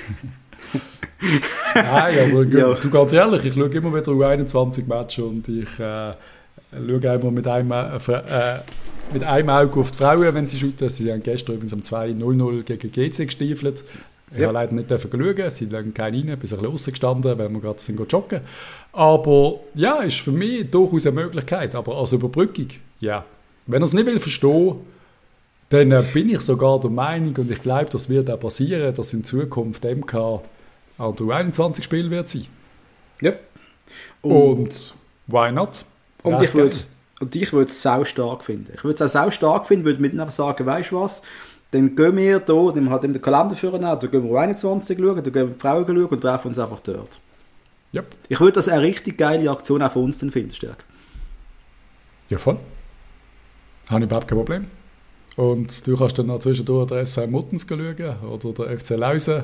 Nein, aber ja. Du, ganz ehrlich, ich schaue immer wieder U21-Matches und ich schaue immer mit einem Auge auf die Frauen, wenn sie shooten. Sie haben gestern übrigens um 2-0 gegen GC gestiefelt. Ich habe leider nicht schauen, sie lagen keinen rein, bis ein bisschen rausgestanden, weil wir gerade joggen. Aber ja, ist für mich durchaus eine Möglichkeit. Aber als Überbrückung, ja. Wenn er es nicht will verstehen, dann bin ich sogar der Meinung, und ich glaube, das wird auch passieren, dass in Zukunft MK an der U21-Spiel wird sein. Ja. Und why not? Und ich würde es sau stark finden. Ich würde es auch sau stark finden, würde mit einfach sagen, weißt du was, dann gehen wir hier, dann halt den Kalender führen, dann gehen wir U21 schauen, dann gehen wir die Frauen schauen und treffen uns einfach dort. Yep. Ich würde das eine richtig geile Aktion auch für uns dann finden, Stärk. Ja, voll. Habe ich überhaupt kein Problem. Und du kannst dann noch zwischendurch der SV Muttens schauen oder der FC Lausen.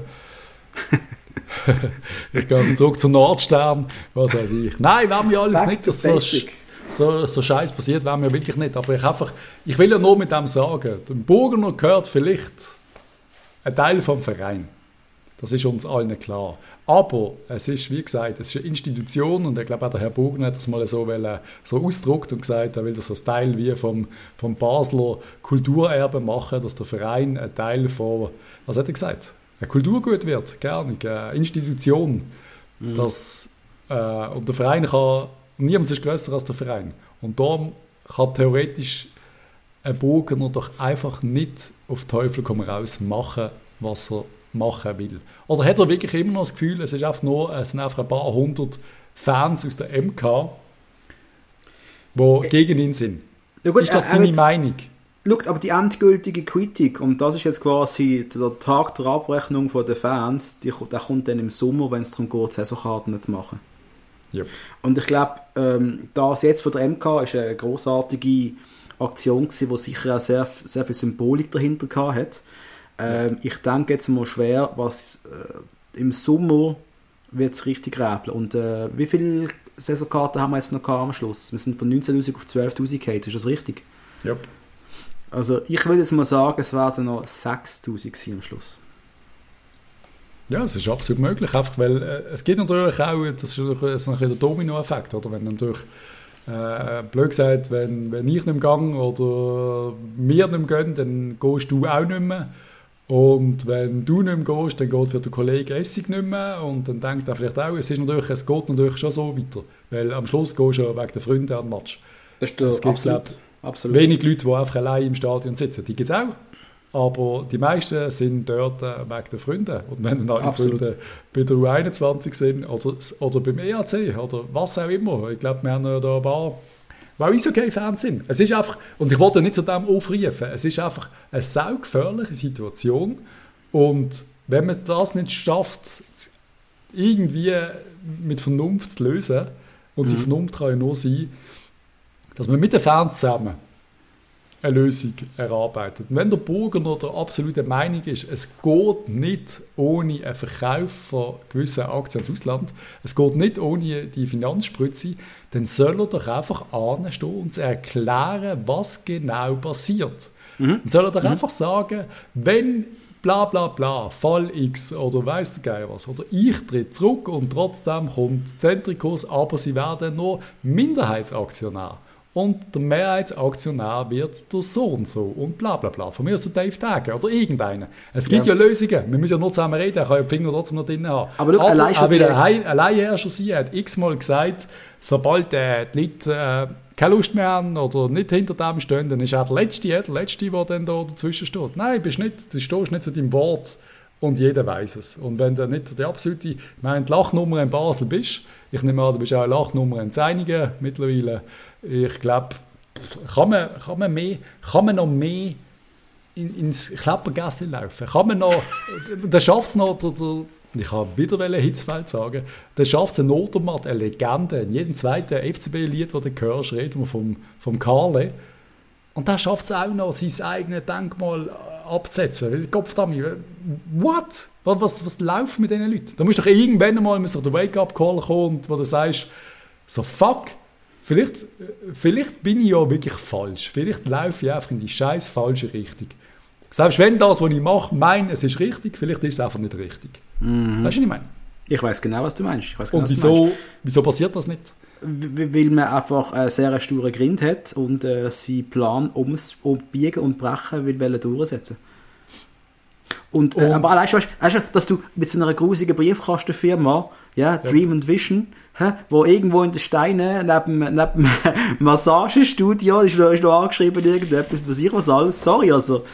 Ich gehe zurück zum Nordstern, was weiß ich. Nein, wäre mir alles nicht, dass so Scheiß passiert, wäre mir wirklich nicht. Aber ich will ja nur mit dem sagen, dem Burgener gehört vielleicht ein Teil vom Verein. Das ist uns allen klar. Aber es ist, wie gesagt, es ist eine Institution und ich glaube auch der Herr Burgener hat das mal so ausgedrückt und gesagt, er will das als Teil wie vom Basler Kulturerbe machen, dass der Verein ein Teil von, was hat er gesagt? Ein Kulturgut wird, gerne, eine Institution. Und der Verein kann, niemand ist grösser als der Verein. Und darum kann theoretisch ein Burgener doch einfach nicht auf Teufel komm raus machen, was er machen will. Oder hat er wirklich immer noch das Gefühl, es sind einfach ein paar hundert Fans aus der MK, die gegen ihn sind? Ja gut, ist das seine Meinung? Schau, aber die endgültige Quittung, und das ist jetzt quasi der Tag der Abrechnung der Fans, der kommt dann im Sommer, wenn es darum geht, Saisonkarten zu machen. Yep. Und ich glaube, das jetzt von der MK ist eine grossartige Aktion gewesen, die sicher auch sehr, sehr viel Symbolik dahinter hat. Ich denke jetzt mal schwer, was im Sommer wird es richtig räbeln. Und wie viele Saisonkarten haben wir jetzt noch am Schluss? Wir sind von 19'000 auf 12'000 gefallen, ist das richtig? Ja. Yep. Also ich würde jetzt mal sagen, es werden noch 6'000 sein am Schluss. Ja, es ist absolut möglich, einfach weil es gibt natürlich auch, das ist ein bisschen der Domino-Effekt, oder? Wenn natürlich, blöd gesagt, wenn ich nicht mehr gehe oder wir nicht mehr gehen, dann gehst du auch nicht mehr. Und wenn du nicht mehr gehst, dann geht für den Kollegen Essig nicht mehr und dann denkt er vielleicht auch, es geht natürlich schon so weiter, weil am Schluss gehst du ja wegen den Freunden an den Match. Das ist absolut. Wenig Leute, die einfach allein im Stadion sitzen, die gibt es auch. Aber die meisten sind dort wegen den Freunden. Und wenn dann alle Freunde bei der U21 sind oder beim EAC oder was auch immer. Ich glaube, wir haben ja da ein paar auch Eishockey-Fans sind. Es ist einfach, und ich wollte nicht zu dem aufrufen, es ist einfach eine saugefährliche Situation. Und wenn man das nicht schafft, irgendwie mit Vernunft zu lösen, und die Vernunft kann ja nur sein, dass man mit den Fans zusammen eine Lösung erarbeitet. Und wenn der Burgener der absoluten Meinung ist, es geht nicht ohne einen Verkauf von gewissen Aktien ins Ausland, es geht nicht ohne die Finanzspritze, dann soll er doch einfach anstehen und erklären, was genau passiert. Dann soll er doch einfach sagen, wenn bla bla bla, Fall X oder weiss der Geil was, oder ich tritt zurück und trotzdem kommt Zentrikos, aber sie werden nur Minderheitsaktionär. Und der Mehrheitsaktionär wird der so und so und bla bla bla. Von mir aus der Dave Tage oder irgendeiner. Es gibt ja Lösungen. Wir müssen ja nur zusammen reden. Er kann ja die Finger trotzdem noch drin haben. Aber er will ein Alleinherrscher sein. Er hat x-mal gesagt, sobald die Leute keine Lust mehr haben oder nicht hinter dem stehen, dann ist er der Letzte, der dann da dazwischen steht. Nein, du stehst nicht zu deinem Wort und jeder weiß es. Und wenn du nicht die absolute, ich meine, die Lachnummer in Basel bist, ich nehme an, du bist auch eine Lachnummer in Zeinigen mittlerweile. Ich glaube, kann man noch mehr ins Kleppergässchen laufen? Kann man noch, dann schafft es noch, ich habe wieder Hitzfeld sagen, dann schafft es ein Notermatt, eine Legende. In jedem zweiten FCB-Lied, das du hörst, reden wir vom Karle. Und dann schafft es auch noch, sein eigenes Denkmal abzusetzen. Kopfdammi, what? Was läuft mit diesen Leuten? Da muss doch irgendwann mal der Wake-up-Call kommen, wo du sagst, so fuck, vielleicht bin ich ja wirklich falsch. Vielleicht laufe ich einfach in die scheiß falsche Richtung. Selbst wenn das, was ich mache, meine, es ist richtig, vielleicht ist es einfach nicht richtig. Weißt du, was ich meine? Ich weiß genau, was du meinst. Und wieso passiert das nicht? Weil man einfach einen sehr sturen Grind hat und seinen Plan umbiegen und brechen will durchsetzen. Und aber allein schon, weißt du, dass du mit so einer grusigen Briefkastenfirma, Dream and Vision, wo irgendwo in den Steinen neben dem Massagestudio ist noch angeschrieben irgendetwas, weiß ich was alles, sorry, also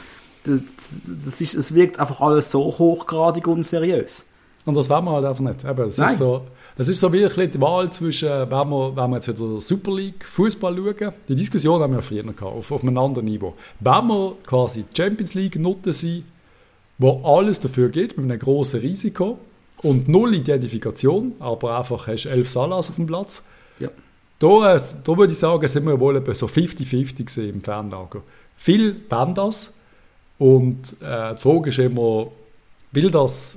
es wirkt einfach alles so hochgradig unseriös. Und das wollen wir halt einfach nicht. Eben, das ist so wirklich die Wahl zwischen, wenn wir jetzt wieder Super League Fußball schauen, die Diskussion haben wir früher gehabt, auf einem anderen Niveau. Wenn wir quasi die Champions League nutzen sind, wo alles dafür geht, mit einem grossen Risiko und null Identifikation, aber einfach hast 11 Salas auf dem Platz. Ja. Da würde ich sagen, sind wir wohl etwa so 50-50 gesehen im Fanlager. Viele wollen das und die Frage ist immer, will das...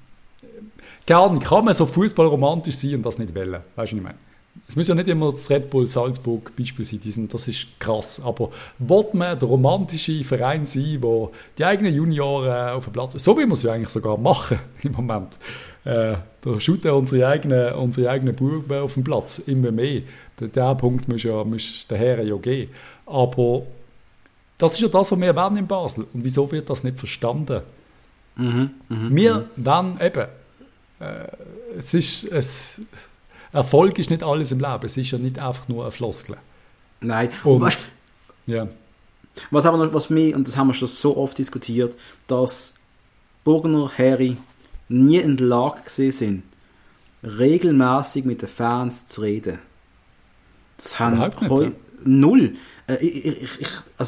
Kann man so fußballromantisch sein und das nicht wollen? Weißt du, was ich meine? Es muss ja nicht immer das Red Bull Salzburg Beispiel sein, das ist krass. Aber will man der romantische Verein sein, wo die eigenen Junioren auf dem Platz, so wie wir es ja eigentlich sogar machen im Moment, da shooten unsere eigenen Buben auf dem Platz immer mehr. Der Punkt muss der Herren ja gehen. Aber das ist ja das, was wir wollen in Basel. Und wieso wird das nicht verstanden? Wir wollen eben... Erfolg ist nicht alles im Leben. Es ist ja nicht einfach nur ein Floskel. Nein. Und, was mich, und das haben wir schon so oft diskutiert, dass Burgener Herren nie in der Lage gewesen sind, regelmäßig mit den Fans zu reden. Das haben heute null. Ich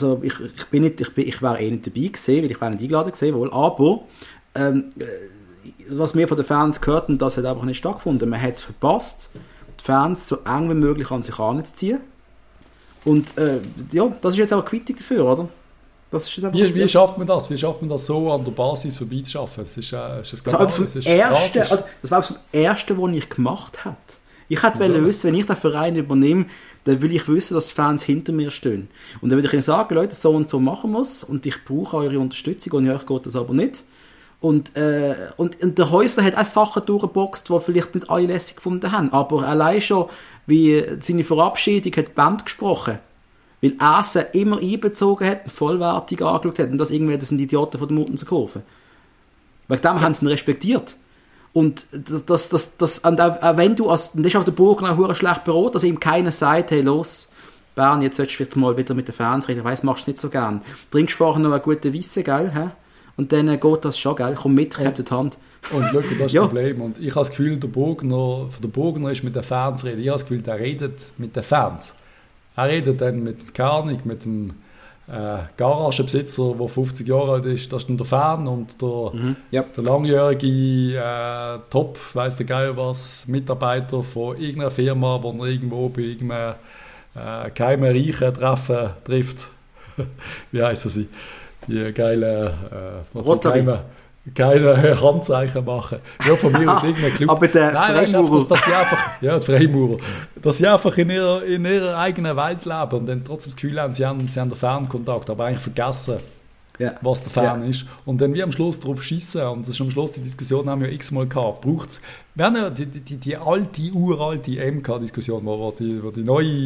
wäre nicht dabei gewesen, weil ich wäre nicht eingeladen gewesen, wohl. Aber was wir von den Fans gehört haben, das hat einfach nicht stattgefunden. Man hat es verpasst, die Fans so eng wie möglich an sich heranzuziehen. Und das ist jetzt auch eine Quittung dafür, oder? Das ist jetzt wie schafft man das? Wie schafft man das so an der Basis vorbeizuschaffen? Das war das Erste, was ich gemacht habe. Ich hätte wissen, wenn ich den Verein übernehme, dann will ich wissen, dass die Fans hinter mir stehen. Und dann würde ich ihnen sagen, Leute, so und so machen wir es und ich brauche eure Unterstützung und euch geht das aber nicht. Und der Häusler hat auch Sachen durchgeboxt, die vielleicht nicht alle lässig gefunden haben. Aber allein schon, wie seine Verabschiedung hat die Band gesprochen. Weil er sie immer einbezogen hat, vollwertig angeschaut hat. Und das sind Idioten von der Muttenser Kurve. Wegen dem haben sie ihn respektiert. Und und auch wenn du, das ist auf der Burg auch schlecht berotet, dass ihm keiner sagt, hey los, Bern, jetzt solltest du vielleicht mal wieder mit den Fans reden. Ich weiss, machst du nicht so gern. Trinkst vorher noch einen guten Weisse, gell? He? Und dann geht das schon, gell? Komm mit, ich habe die Hand. Und schau, das ist das Problem. Und ich habe das Gefühl, der Burgener ist mit den Fans reden. Ich habe das Gefühl, der redet mit den Fans. Er redet dann mit dem Garagenbesitzer, der 50 Jahre alt ist, das ist dann der Fan und der langjährige Top, weiss der Geil was, Mitarbeiter von irgendeiner Firma, wo er irgendwo bei irgendeinem geheimen reichen Treffen trifft. Wie heissen sie? Die geilen keine Handzeichen machen. Ja, von mir aus irgendein Club. Aber der Freimaurer. Dass sie einfach, ja, die Freimaurer, dass sie einfach in ihrer eigenen Welt leben und dann trotzdem das Gefühl haben, sie haben den Fernkontakt, aber eigentlich vergessen, was der Fan ist. Und dann wie am Schluss darauf schiessen, und das ist am Schluss die Diskussion, haben wir ja x-mal gehabt, braucht es, wir haben ja die uralte MK-Diskussion, wo die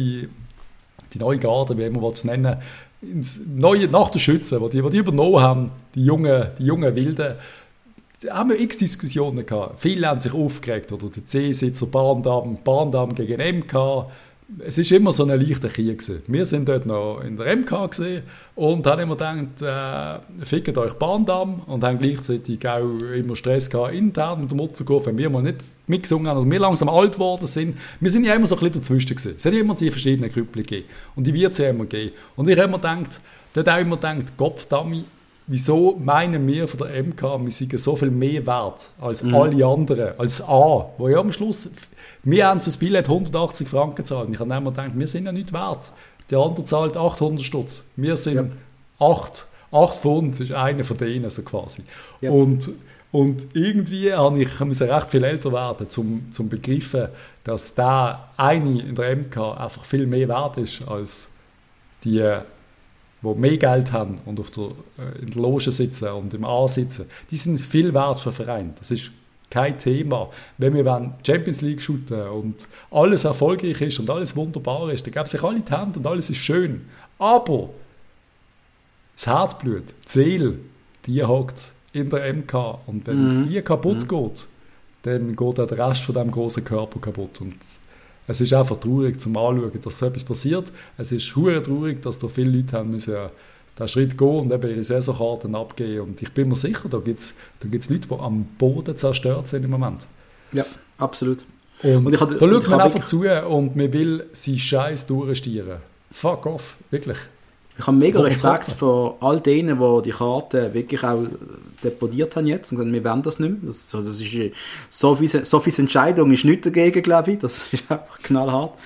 neue Garde, wie immer es nennen, nach den Schützen, die übernommen haben, die jungen Wilden, haben wir x Diskussionen gehabt. Viele haben sich aufgeregt, oder der C-Sitzer Bahndamm gegen MK. Es ist immer so ein leichter Krieg gewesen. Wir sind dort noch in der MK gewesen und haben immer gedacht, fickt euch Bahndamm, und haben gleichzeitig auch immer Stress gehabt intern in der Mutterkurve, wenn wir mal nicht mitgesungen haben oder wir langsam alt geworden sind. Wir sind ja immer so ein bisschen dazwischen gewesen. Es hat immer die verschiedenen Grüppchen gegeben und die wird es ja immer geben. Und ich habe immer gedacht, Gottverdammt, wieso meinen wir von der MK, wir seien so viel mehr wert als alle anderen, als A, wo ja am Schluss, wir haben für das Billett 180 Franken gezahlt. Ich habe immer gedacht, wir sind ja nicht wert. Der andere zahlt 800 Stutz. Wir sind 8 Pfund, ist einer von denen, so quasi. Ja. Und irgendwie musste ich recht viel älter werden, zum begreifen, dass der eine in der MK einfach viel mehr wert ist als die mehr Geld haben und in der Loge sitzen und im A sitzen. Die sind viel wert für den Verein. Das ist kein Thema. Wenn wir Champions League shooten und alles erfolgreich ist und alles wunderbar ist, dann geben sich alle die Hände und alles ist schön. Aber das Herzblut, die Seele, die hockt in der MK. Und wenn die kaputt geht, dann geht auch der Rest von diesem großen Körper kaputt. Und es ist einfach traurig zum Anschauen, dass so etwas passiert. Es ist verdammt traurig, dass da viele Leute haben müssen diesen Schritt gehen und eben ihre Saisonkarten abgeben. Und ich bin mir sicher, da gibt's Leute, die am Boden zerstört sind im Moment. Ja, absolut. Und da schaut man einfach zu und man will seinen Scheiß durchstieren. Fuck off, wirklich. Ich habe mega Respekt vor all denen, die die Karten wirklich auch deponiert haben jetzt und sagen, wir wollen das nicht mehr. Das ist, Sophies Entscheidung ist nicht dagegen, glaube ich. Das ist einfach knallhart.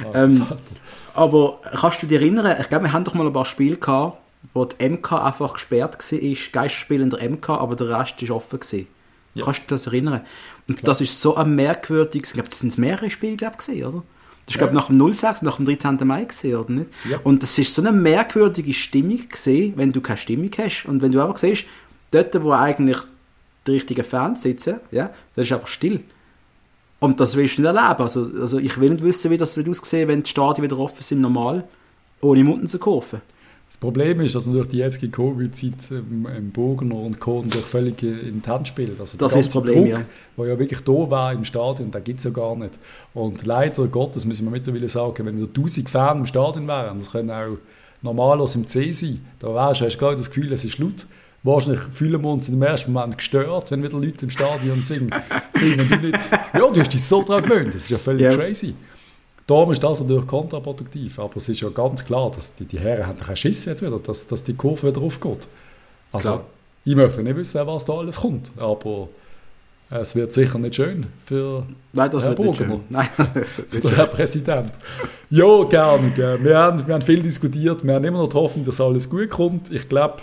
Aber kannst du dich erinnern, ich glaube, wir haben doch mal ein paar Spiele gehabt, wo die MK einfach gesperrt war, Geisterspiel in der MK, aber der Rest war offen gewesen. Yes. Kannst du dich das erinnern? Und klar. Das ist so ein merkwürdiges, ich glaube, das sind mehrere Spiele, glaube ich, oder? Das war, glaube ich, nach dem 06, nach dem 13. Mai gewesen, oder nicht? Ja. Und das ist so eine merkwürdige Stimmung gewesen, wenn du keine Stimmung hast. Und wenn du einfach siehst, dort, wo eigentlich die richtigen Fans sitzen, ja, das ist einfach still. Und das willst du nicht erleben. Also ich will nicht wissen, wie das wird aussehen, wenn die Stadien wieder offen sind, normal, ohne Mutten zu kaufen. Das Problem ist, dass durch die jetzige Covid-Zeit im Burgener und Co. durch völlig in die Hand spielt. Also das ist das Problem, Druck, der ja wirklich da war im Stadion, den gibt es ja gar nicht. Und leider Gottes müssen wir mittlerweile sagen, wenn wieder 1000 Fans im Stadion wären, das können auch normalerweise im C sein, da hast du gar nicht das Gefühl, es ist laut. Wahrscheinlich fühlen wir uns im ersten Moment gestört, wenn wieder Leute im Stadion singen. Und du nicht, ja, du hast dich so daran gewöhnt, das ist ja völlig crazy. Darum ist das natürlich kontraproduktiv, aber es ist ja ganz klar, dass die Herren haben keinen Schiss jetzt wieder, dass die Kurve wieder aufgeht. Also, klar. Ich möchte nicht wissen, was da alles kommt, aber es wird sicher nicht schön für Herrn Burgener. Nein, für den Herrn Präsident. Ja, gerne. Wir haben viel diskutiert, wir haben immer noch die Hoffnung, dass alles gut kommt. Ich glaube,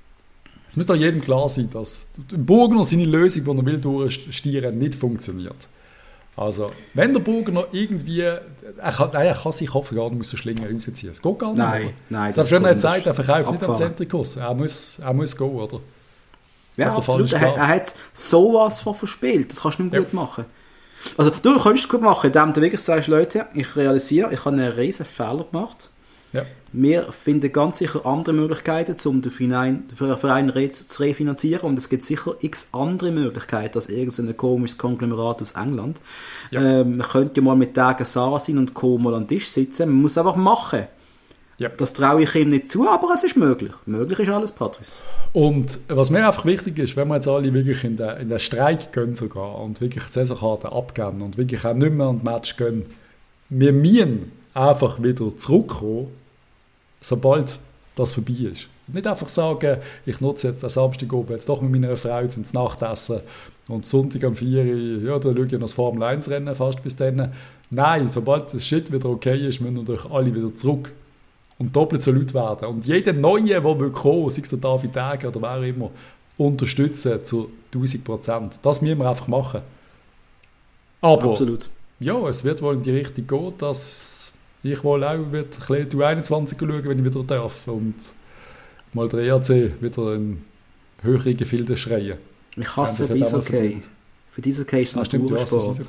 es muss doch jedem klar sein, dass im Burgener seine Lösung, die er will durchstieren, nicht funktioniert. Also, wenn der Burgener irgendwie, er kann sich Kopf gar nicht aus der Schlinge rausziehen. Es geht gar nicht. Nein. Selbst wenn er jetzt sagt, er verkauft nicht am Zentrikus. Er muss gehen, oder? Ja, absolut. Er hat sowas von verspielt. Das kannst du nicht gut machen. Also, du könntest es gut machen, indem du wirklich sagst, Leute, ich realisiere, ich habe einen riesen Fehler gemacht. Ja. Wir finden ganz sicher andere Möglichkeiten, um den Verein zu refinanzieren. Und es gibt sicher x andere Möglichkeiten als irgendein komisches Konglomerat aus England. Ja. Man könnte ja mal mit Tagen Sarrazin und Co. mal an den Tisch sitzen. Man muss es einfach machen. Ja. Das traue ich ihm nicht zu, aber es ist möglich. Möglich ist alles, Patrice. Und was mir einfach wichtig ist, wenn wir jetzt alle wirklich in den Streik gehen sogar und wirklich die Saisonkarten abgeben und wirklich auch nicht mehr an die Match gehen, wir müssen einfach wieder zurückkommen, sobald das vorbei ist. Nicht einfach sagen, ich nutze jetzt den Samstag oben jetzt doch mit meiner Frau zum Nachtessen und Sonntag am 4 Uhr, ja, da schaue ich noch das Formel-1-Rennen fast bis dann. Nein, sobald das Shit wieder okay ist, müssen natürlich alle wieder zurück und doppelt so laut werden. Und jeder Neue, der kommen, sei es der David Degen oder wer auch immer, unterstützen zu 1000%. Das müssen wir einfach machen. Aber absolut. Ja, es wird wohl in die Richtung gehen, dass ich wohl auch ein bisschen U21 schauen, wenn ich wieder darf. Und mal der ERC wieder in höhere Gefilde schreien. Ich hasse Eishockey. Für diese Eishockey ist es ein Sport.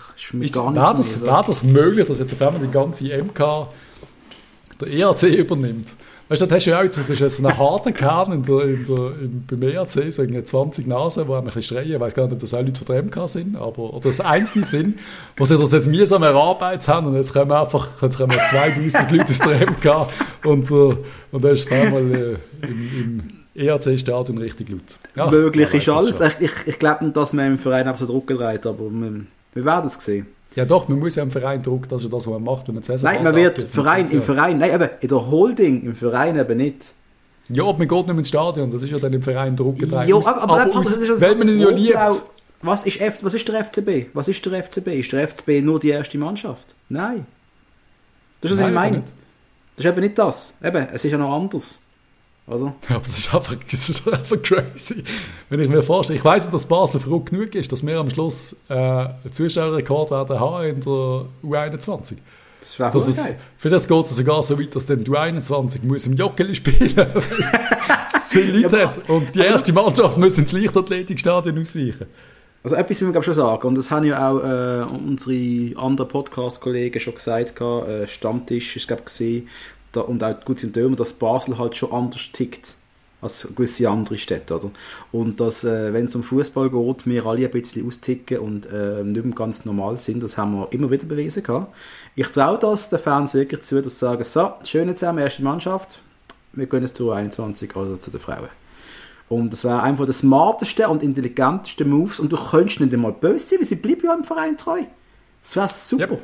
Wäre das möglich, dass jetzt auf einmal die ganze MK der ERC übernimmt? Weißt du, das hast du ja auch, du hast so einen harten Kern beim ERC, so 20 Nasen, die ein bisschen schreien. Ich weiß gar nicht, ob das auch Leute von der MK sind, oder das Einzelne sind, die sich das jetzt mühsam erarbeitet haben und jetzt kommen 2000 Leute aus der MK und dann ist es auf einmal im ERC-Stadion richtig laut. Ja, möglich ist alles. Ich glaube nicht, dass man im Verein einfach so Druck gedreht, aber wir werden es sehen. Ja doch, man muss ja im Verein drucken, das ist ja das, was man macht, wenn man Saison nein, man wird im Verein, nein, eben in der Holding, im Verein eben nicht. Ja, aber man geht nicht mehr ins Stadion, das ist ja dann im Verein Druck gedreht. Ja, aber das ist ja weil man ihn ja liebt. Was ist der FCB? Was ist der FCB? Ist der FCB nur die erste Mannschaft? Nein. Das ist, was ich meine. Das ist eben nicht das. Eben, es ist ja noch anders. Also. Ja, aber das ist einfach crazy. Wenn ich mir vorstelle, ich weiss nicht, dass Basel verrückt genug ist, dass wir am Schluss einen Zuschauerrekord werden haben in der U21. Das wäre geil. Vielleicht geht es sogar so weit, dass dann die U21 muss im Joggeli spielen, weil es zu viele Leute hat. Und die erste Mannschaft muss ins Leichtathletikstadion ausweichen. Also etwas müssen wir schon sagen, und das haben ja auch unsere anderen Podcast-Kollegen schon gesagt, Stammtisch ist glaube ich gesehen, und auch gut sind Dömer, dass Basel halt schon anders tickt als gewisse andere Städte, oder? Und dass, wenn es um Fußball geht, wir alle ein bisschen austicken und nicht mehr ganz normal sind, das haben wir immer wieder bewiesen gehabt. Ich traue das den Fans wirklich zu, dass sie sagen, so, schön zusammen, erste Mannschaft, wir gehen es zur 21 oder zu den Frauen. Und das wäre einfach der smarteste und intelligenteste Moves und du könntest nicht einmal böse sein, weil sie bleiben ja im Verein treu. Das wäre super. Yep.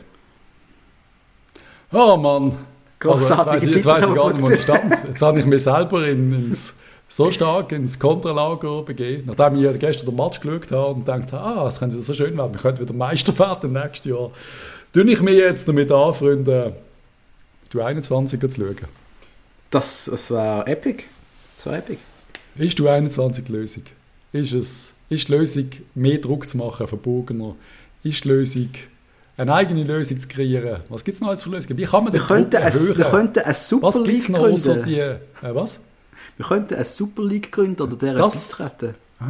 Oh Mann. Großartige jetzt weiss ich gar nicht, wo ich stand. Jetzt habe ich mich selber so stark ins Kontralager begeben, nachdem ich gestern den Match geschaut habe und gedacht habe, es könnte wieder so schön werden, wir könnten wieder Meister werden nächstes Jahr. Tue ich mich jetzt damit anfreunden, die 21 zu schauen. Das wäre epic. Das wäre epic. Ist die 21 die Lösung? Ist die Lösung, mehr Druck zu machen von Burgener? Ist die Lösung, eine eigene Lösung zu kreieren? Was gibt es noch als für Lösungen? Wie kann man den Druck erhöhen? Wir könnten eine Super was League gibt's noch außer die, was? Wir könnten eine Super League gründen oder deren beitreten.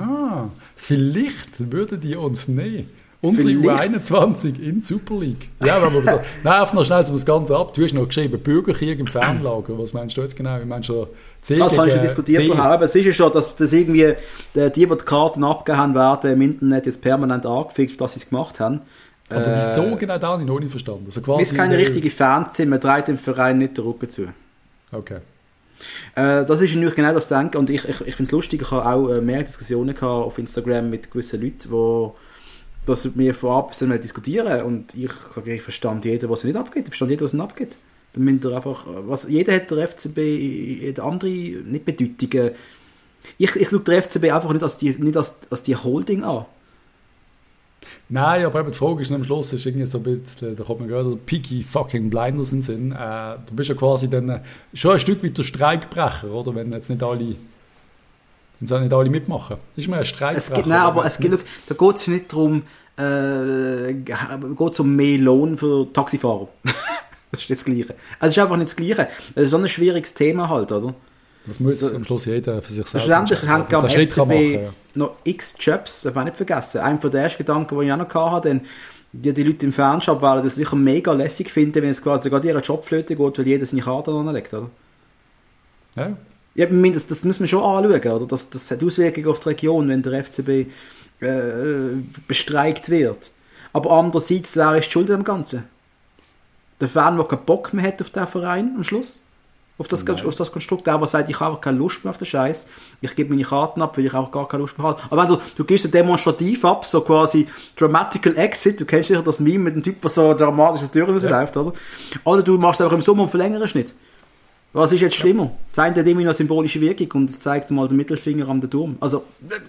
Vielleicht würden die uns nehmen. Unsere U21 in die Super League. Ja, wenn wir wieder, nein, einfach noch schnell das Ganze ab. Du hast noch geschrieben, Bürgerkrieg im Fernlager. Was meinst du jetzt genau? Wie meinst du C das haben wir schon diskutiert vorher. Aber es ist ja schon, dass das irgendwie die Karten abgegeben haben, werden im Internet jetzt permanent angefickt, dass sie es gemacht haben. Aber wieso genau da? Habe ich noch nicht verstanden. Also quasi, weil es keine richtige Fans sind, man dreht dem Verein nicht den Rücken zu. Okay. Das ist natürlich genau das Denken. Und ich finde es lustig, ich habe auch mehr Diskussionen gehabt auf Instagram mit gewissen Leuten, die das wir vorab diskutieren. Und ich sage, ich verstand jeden, was es nicht abgeht. Ich verstand jeden, was es nicht abgeht. Dann müsst ihr einfach, jeder hat der FCB in andere, nicht Bedeutungen. Ich schaue der FCB einfach nicht als die Holding an. Nein, aber eben die Frage ist am Schluss, ist irgendwie so ein bisschen, da kommt mir gerade der Peaky fucking Blinders in den Sinn. Du bist ja quasi dann schon ein Stück weit der Streikbrecher, oder? Wenn jetzt nicht alle mitmachen. Ist mir ein Streikbrecher. Nein, aber da geht es nicht darum, geht es um mehr Lohn für Taxifahrer. Das ist nicht das Gleiche. Also es ist einfach nicht das Gleiche. Es ist so ein schwieriges Thema halt, oder? Das muss am Schluss jeder für sich selbst schlussendlich haben am FCB noch x Jobs, das darf man nicht vergessen. Einer der ersten Gedanken, die ich auch noch hatte, denn die Leute im Fanshop werden das sicher mega lässig finden, wenn es quasi gerade ihre Jobflöte geht, weil jeder seine Karte anlegt, oder? Ja. Ja, das müssen wir schon anschauen, oder? Das hat Auswirkungen auf die Region, wenn der FCB bestreikt wird. Aber andererseits, wer ist die Schuld am Ganzen? Der Fan, der keinen Bock mehr hat auf diesen Verein am Schluss? Auf das Konstrukt, der sagt, ich habe einfach keine Lust mehr auf den Scheiß. Ich gebe meine Karten ab, weil ich auch gar keine Lust mehr habe. Aber wenn du gibst demonstrativ ab, so quasi Dramatical Exit, du kennst sicher das Meme mit dem Typ, der so dramatisch aus der Tür rausläuft, oder? Oder du machst einfach im Sommer und verlängerst nicht. Was ist jetzt schlimmer? Das eine hat immer eine symbolische Wirkung und es zeigt mal den Mittelfinger an den Turm. Also,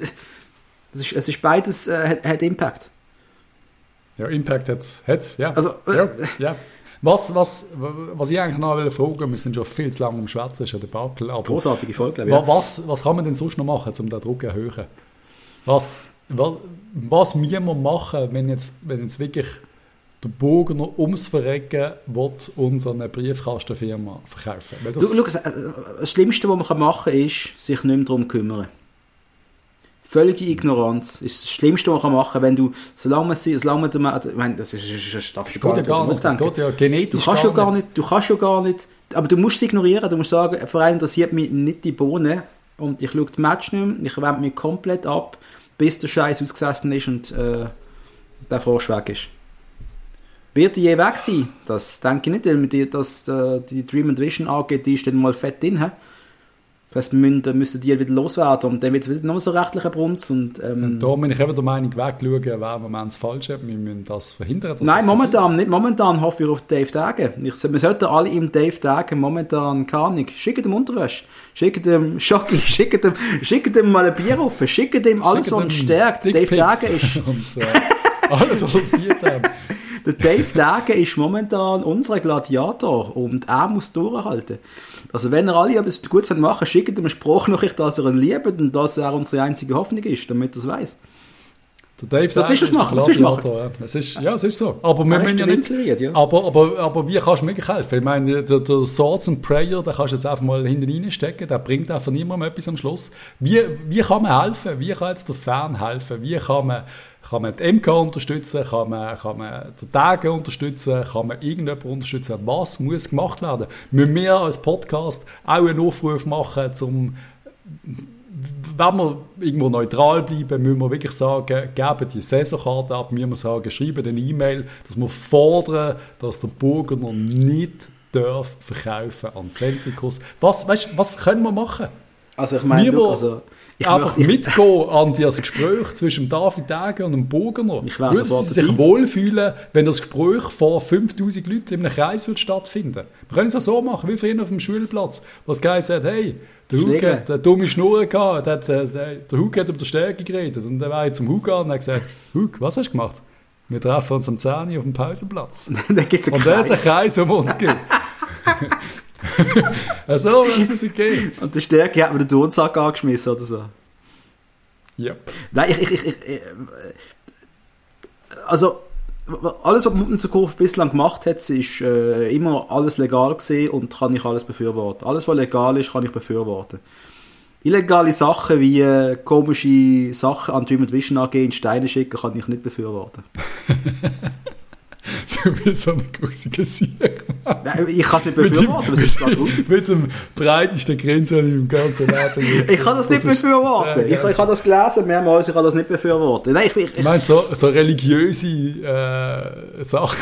es ist beides, hat Impact. Ja, Impact hat's, ja. Also, ja. Was ich eigentlich noch fragen, wir sind schon viel zu lange am Schwätzen, ist ja der Debakel. Großartige Folge, glaube ich. Was kann man denn sonst noch machen, um den Druck zu erhöhen? Was müssen wir machen, wenn jetzt wirklich der Burgener ums Verrecken will uns an eine Briefkastenfirma verkaufen? Das Schlimmste, was man machen kann, ist, sich nicht mehr darum kümmern. Völlige Ignoranz ist das Schlimmste, was man machen kann, wenn du, solange man, ich meine, das geht ja genetisch du kannst ja gar nicht, aber du musst es ignorieren, du musst sagen, vor allem interessiert mich nicht die Bohnen und ich schaue die Match nicht mehr, ich wende mich komplett ab, bis der Scheiß ausgesessen ist und der Frosch weg ist. Wird die je weg sein? Das denke ich nicht, weil dass die Dream & Vision AG, die ist dann mal fett drin. Das heißt, wir müssen die wieder loswerden und dann wird es wieder noch so rechtlicher Brunz. Und da bin ich eben der Meinung, wegschauen, wer im Moment das falsch hat. Wir müssen das verhindern. Nein, momentan nicht. Momentan hoffe ich auf Dave Dagen. Wir sollten alle im Dave Dagen momentan keine Ahnung. Schickt ihm Unterwäsche, schickt ihm Schocki, schickt ihm mal ein Bier auf, schickt ihm alles, was uns stärkt. Dave Dagen ist... und, alles, was uns Bier haben. Der Dave Dagen ist momentan unser Gladiator und er muss durchhalten. Also wenn er alle etwas Gutes machen, schickt ihm eine Sprachnachricht, dass er ihn liebt und dass er unsere einzige Hoffnung ist, damit er es weiss. Der Dave das willst du machen. Ja, es ist so. Aber wir müssen ja nicht... Ja. Aber wie kannst du wirklich helfen? Ich meine, der Swords and Prayer, den kannst du jetzt einfach mal hinten reinstecken, der bringt einfach niemandem etwas am Schluss. Wie kann man helfen? Wie kann jetzt der Fan helfen? Wie kann man die MK unterstützen? Kann man den Tage unterstützen? Kann man irgendjemanden unterstützen? Was muss gemacht werden? Müssen wir als Podcast auch einen Aufruf machen, wenn wir irgendwo neutral bleiben, müssen wir wirklich sagen, geben die Saisonkarte ab, müssen wir sagen, schreiben eine E-Mail, dass wir fordern, dass der Burgener nicht verkaufen an Zentricus. Was können wir machen? Also ich meine, einfach mitgehen an das Gespräch zwischen David Dagen und dem Burgener. Würden sie sich wohlfühlen, wenn das Gespräch vor 5000 Leuten in einem Kreis stattfinden? Wir können es ja so machen, wie vorhin auf dem Schulplatz, wo das Guy sagt, hey, der Hugo hat eine dumme Schnur gehabt, der Hugo hat über die Stärke geredet und dann war ich zum Hugo und hat gesagt, Hugo, was hast du gemacht? Wir treffen uns am 10 Uhr auf dem Pausenplatz. Dann gibt's einen Kreis. Und dann hat es einen Kreis, um uns geht. Also, das muss ich gehen. Und der Stärke hat mir den Turnsack angeschmissen oder so. Ja. Nein, also, alles, was Muttenzukunft bislang gemacht hat, ist immer alles legal gewesen und kann ich alles befürworten. Alles, was legal ist, kann ich befürworten. Illegale Sachen wie komische Sachen an Dream & Vision AG in Steine schicken, kann ich nicht befürworten. Du bist so eine grusige Sieg. Ich kann es nicht befürworten, was ist gerade grusig? Mit dem breitesten Grinsen im ganzen Leben. Ich kann das nicht befürworten. Ich habe das gelesen mehrmals, ich kann das nicht befürworten. Nein, ich meine, so religiöse Sachen.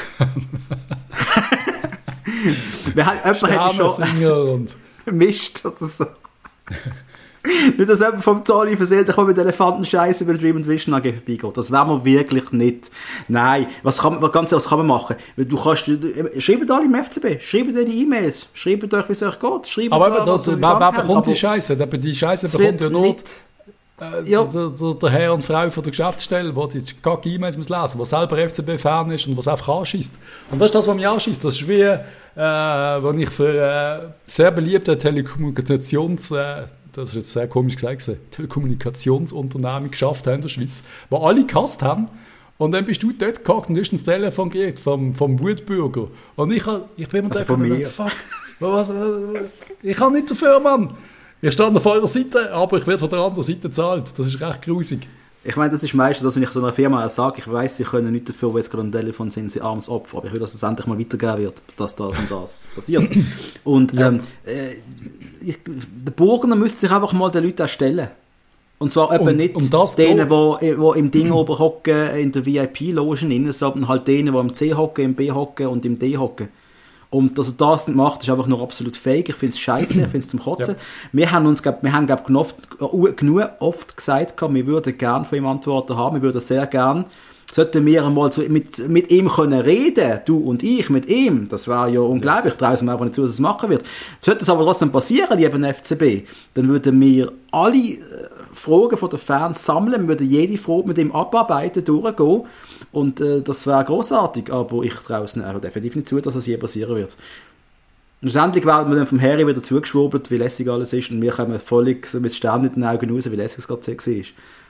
Jemand hat schon Mist oder so. Nicht, dass jemand vom Zolli versehrt, ich will mit Elefantenscheiße über Dream & Vision AG vorbeigeht. Das wollen wir wirklich nicht. Nein, was kann man machen? Du kannst, schreibt alle im FCB, schreibt die E-Mails, schreibt euch, wie es euch geht. Schreibt aber wer bekommt die Scheiße? Die Scheiße bekommt ja nur der Herr und Frau von der Geschäftsstelle, die die kacke E-Mails lesen muss, der selber FCB-Fan ist und was einfach anschießt. Und das ist das, was mich anschießt. Das ist wie, wenn ich für sehr beliebte das ist jetzt sehr komisch gesagt, Telekommunikationsunternehmen geschafft haben in der Schweiz, die alle gehasst haben. Und dann bist du dort gehackt und hast ins Telefon geht vom Wutbürger. Und ich bin mir gedacht, fuck, ich kann nicht dafür, Mann. Ich stand auf eurer Seite, aber ich werde von der anderen Seite bezahlt. Das ist recht grusig. Ich meine, das ist meistens, dass wenn ich so einer Firma sage, ich weiss, sie können nicht dafür, wo jetzt gerade am Telefon sind, sie armes Opfer, aber ich will, dass es endlich mal weitergehen wird, dass das und das passiert. Und ja. Der Burgener müsste sich einfach mal den Leuten auch stellen. Und zwar eben nicht denen, die im Ding oben hocken, in der VIP-Logen, sondern halt denen, die im C hocken, im B hocken und im D hocken. Und dass er das nicht macht, ist einfach nur absolut fake. Ich finde es scheiße, ich finde es zum Kotzen. Wir haben genug oft gesagt, wir würden gerne von ihm Antworten haben, wir würden sehr gerne, sollten wir einmal mit ihm können reden, du und ich mit ihm, das wäre ja unglaublich, yes. Draußen einfach nicht zu, dass es machen wird. Sollte es aber trotzdem passieren, lieber FCB, dann würden wir alle Fragen von den Fans sammeln, wir würden jede Frage mit ihm abarbeiten, durchgehen und das wäre grossartig, aber ich traue es definitiv nicht zu, dass es je passieren wird. Und schlussendlich werden wir dann vom Harry wieder zugeschwurbelt, wie lässig alles ist und wir kommen völlig so mit Stern in den Augen raus, wie lässig es gerade war.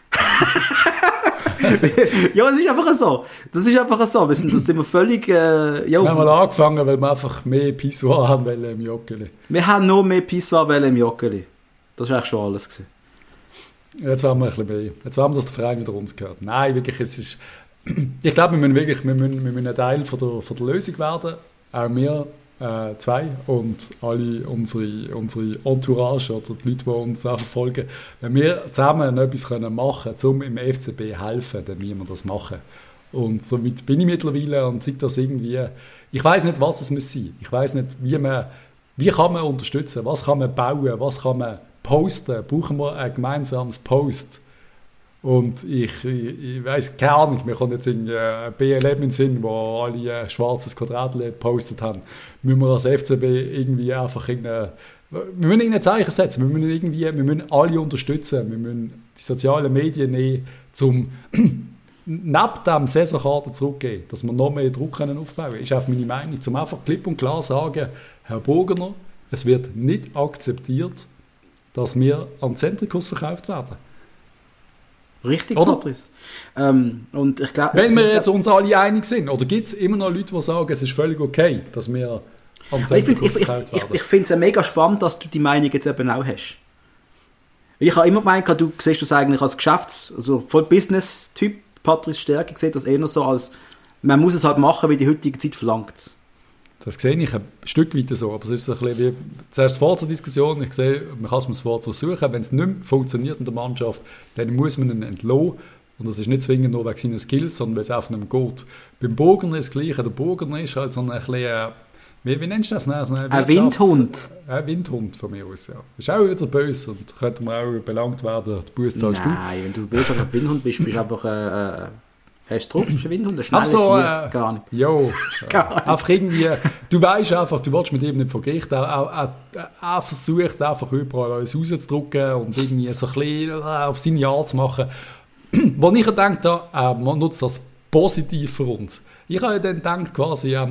Ja, es ist einfach so. Das ist einfach so. Das sind wir völlig... wir haben mal angefangen, weil wir einfach mehr Pissoir haben wollen im Joggeli. Wir haben noch mehr Pissoir im Joggeli. Das war eigentlich schon alles gewesen. Jetzt wollen wir ein bisschen mehr. Jetzt wollen wir, dass der Verein wieder uns gehört. Nein, wirklich, es ist... Ich glaube, wir müssen ein Teil von der Lösung werden. Auch wir zwei und alle unsere Entourage oder die Leute, die uns auch verfolgen. Wenn wir zusammen etwas machen können, um im FCB helfen, dann müssen wir das machen. Und somit bin ich mittlerweile und sage das irgendwie, ich weiss nicht, was es muss sein. Ich weiss nicht, wie kann man unterstützen, was kann man bauen, was kann man posten, brauchen wir ein gemeinsames Post. Und ich weiss keine Ahnung, mir kommt jetzt ein BLM in den Sinn, wo alle ein schwarzes Quadrat gepostet haben. Müssen wir als FCB irgendwie einfach wir müssen irgendein Zeichen setzen, wir müssen alle unterstützen, wir müssen die sozialen Medien nehmen, um neben dem Saisonkader zurückgehen, dass wir noch mehr Druck aufbauen können. Ist auch meine Meinung, um einfach klipp und klar sagen, Herr Burgener, es wird nicht akzeptiert, dass wir an Zentrikus verkauft werden. Richtig, Patrice. Und ich glaub, wenn wir jetzt uns alle einig sind, oder gibt es immer noch Leute, die sagen, es ist völlig okay, dass wir an Zentrikus verkauft werden? Ich finde es mega spannend, dass du die Meinung jetzt eben auch hast. Ich habe immer gemeint, du siehst das eigentlich als also voll Business-Typ, Patrice Stärke, sieht das eher so als, man muss es halt machen, wie die heutige Zeit verlangt. Das sehe ich ein Stück weit so, aber es ist so ein bisschen wie zuerst vor zur Diskussion, ich sehe, man kann es mir sofort suchen, wenn es nicht mehr funktioniert in der Mannschaft, dann muss man ihn entlassen und das ist nicht zwingend nur wegen seinen Skills, sondern weil es einfach nicht mehr geht. Beim Burgener ist das Gleiche, der Burgener ist halt so ein bisschen, wie nennst du das? Ein Windhund. Ein Windhund von mir aus, ja. Ist auch wieder böse und könnte mir auch belangt werden, die Busse zahlst du. Nein, wenn du willst, ein Windhund bist, bist du einfach... Hast du Druck, ein Windhund, ein schnelles gar nicht. Jo, einfach irgendwie, du weißt einfach, du willst mit ihm nicht vor Gericht, er versucht einfach überall alles rauszudrücken und irgendwie so ein bisschen auf seine Art zu machen. Wo ich denke, man nutzt das positiv für uns. Ich habe dann gedacht, quasi, er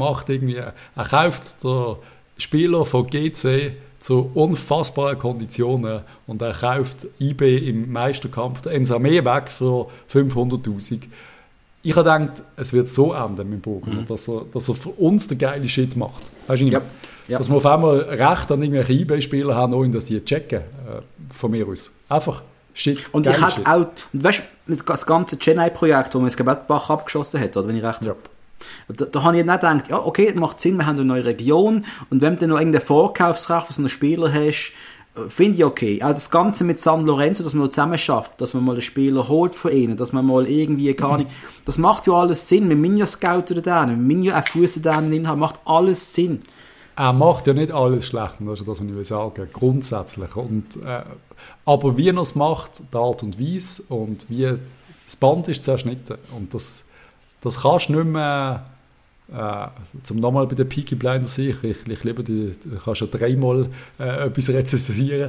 kauft den Spieler von GC zu unfassbaren Konditionen und er kauft IB im Meisterkampf den Ensame weg für 500'000. Ich habe gedacht, es wird so enden mit Burgener, dass er für uns den geilen Shit macht. Weißt du, ja. Dass wir auf einmal Recht an irgendwelche eBay-Spieler haben, ohne dass die checken, von mir aus. Einfach Shit, und ich hatte auch, und weißt du, das ganze Chennai-Projekt, das man jetzt Bach abgeschossen hat, oder wenn ich recht habe, da habe ich nicht gedacht, ja, okay, das macht Sinn, wir haben eine neue Region, und wenn du noch irgendein Vorkaufsrecht von so einem Spieler hast, finde ich okay. Auch das Ganze mit San Lorenzo, dass man zusammen schafft, dass man mal einen Spieler holt von ihnen, dass man mal irgendwie das macht ja alles Sinn. Wir müssen ja scouten da, wir müssen ja auch Fuß da drin haben, macht alles Sinn. Er macht ja nicht alles schlecht, das ist das, was ich will sagen, grundsätzlich. Und, aber wie er es macht, die Art und Weise und wie das Band ist zerschnitten. Und das kannst du nicht mehr... zum nochmal bei den Peaky Blinders sein, ich liebe die, du kannst ja dreimal etwas rezensieren.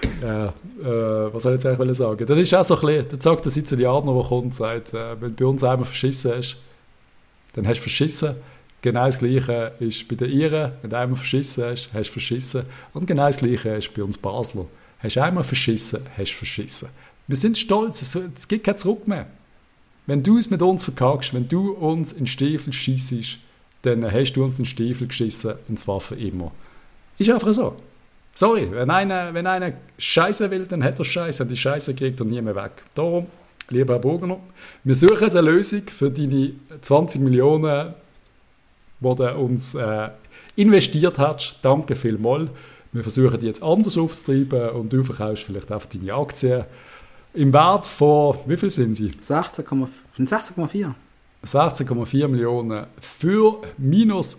Was soll ich jetzt eigentlich sagen? Das ist auch so ein bisschen, das sagt der Sizilianer, der kommt und sagt, wenn du bei uns einmal verschissen hast, dann hast du verschissen. Genau das Gleiche ist bei den Iren, wenn du einmal verschissen hast, hast du verschissen. Und genau das Gleiche ist bei uns Basler. Hast du einmal verschissen, hast du verschissen. Wir sind stolz, es gibt kein Zurück mehr. Wenn du es mit uns verkackst, wenn du uns in den Stiefel schiessest, dann hast du uns in den Stiefel geschissen, und zwar für immer. Ist einfach so. Sorry, wenn einer Scheiße will, dann hat er Scheiße, und die Scheiße kriegt er nie mehr weg. Darum, lieber Herr Burgener, wir suchen jetzt eine Lösung für deine 20 Millionen, die du uns investiert hast. Danke vielmals. Wir versuchen die jetzt anders aufzutreiben und du verkaufst vielleicht einfach deine Aktien. Im Wert von, wie viel sind sie? 16,4. 16,4 Millionen für minus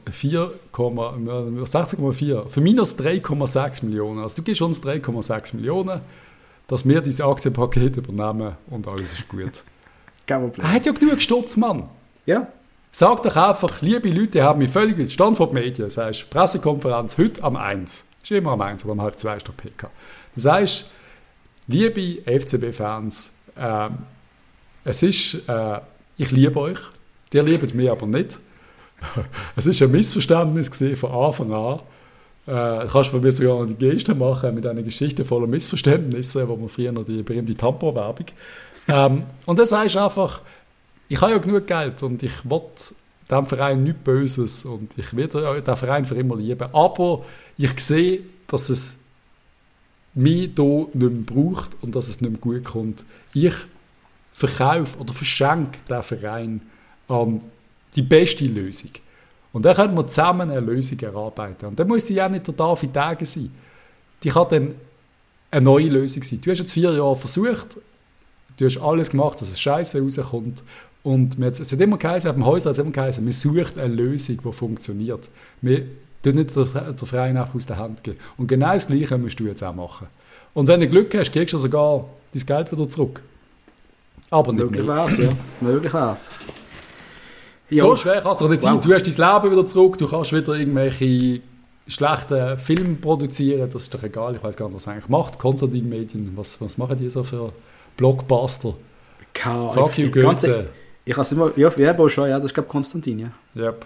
16,4 für minus 3,6 Millionen. Also du gibst uns 3,6 Millionen, dass wir dieses Aktienpaket übernehmen und alles ist gut. Er hat ja genug Stutz, Mann. Ja. Sag doch einfach, liebe Leute, ihr habt mich völlig mit Stand von den Medien. Das heißt, Pressekonferenz heute am 1. Ist immer am 1 oder am halb 2 statt PK. Das heißt, liebe FCB-Fans, es ist, ich liebe euch, ihr liebt mich aber nicht. Es ist ein Missverständnis gewesen von Anfang an. Kannst von mir sogar noch die Geste machen mit einer Geschichte voller Missverständnisse, wo man früher noch die berühmte Tampon-Werbung. Und das heißt einfach, ich habe ja genug Geld und ich will diesem Verein nichts Böses und ich werde den Verein für immer lieben. Aber ich sehe, dass es mich hier nicht mehr braucht und dass es nicht mehr gut kommt. Ich verkaufe oder verschenke den Verein an die beste Lösung. Und dann können wir zusammen eine Lösung erarbeiten. Und dann muss die ja nicht der David Degen sein. Die kann dann eine neue Lösung sein. Du hast jetzt 4 Jahre versucht, du hast alles gemacht, dass es Scheiße rauskommt. Und es hat immer geheißen, beim Häusler hat es immer geheißen, wir suchen eine Lösung, die funktioniert. Wir tun nicht den Verein einfach aus der Hand geben. Und genau das Gleiche musst du jetzt auch machen. Und wenn du Glück hast, kriegst du sogar dein Geld wieder zurück. Aber nicht möglich wär's, ja. Möglich wär's. Ja. So schwer kann es doch nicht sein. Du hast dein Leben wieder zurück, du kannst wieder irgendwelche schlechten Filme produzieren, das ist doch egal, ich weiß gar nicht, was eigentlich macht. Konstantin Medien, was machen die so für Blockbuster? Fuck you, Goethe. Ich habe es immer, ja, schon, ja, das ist glaube ich Konstantin, ja. Yep.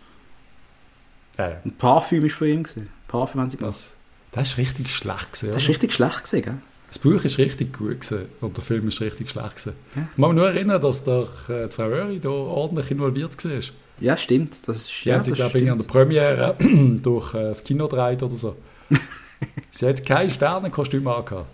Ein Parfüm war von ihm gewesen. Parfüm haben sie gemacht. Das ist richtig schlecht gewesen, Das ist richtig schlecht gewesen, gell? Das Buch ist richtig gut gewesen und der Film ist richtig schlecht gewesen. Ja. Ich kann mich nur erinnern, dass die Frau Oeri da ordentlich involviert war. Ja, stimmt. Das ist, die hat sich, glaube ich, an der Premiere durch das Kino gedreht oder so. Sie hat kein Sternenkostüm angehabt.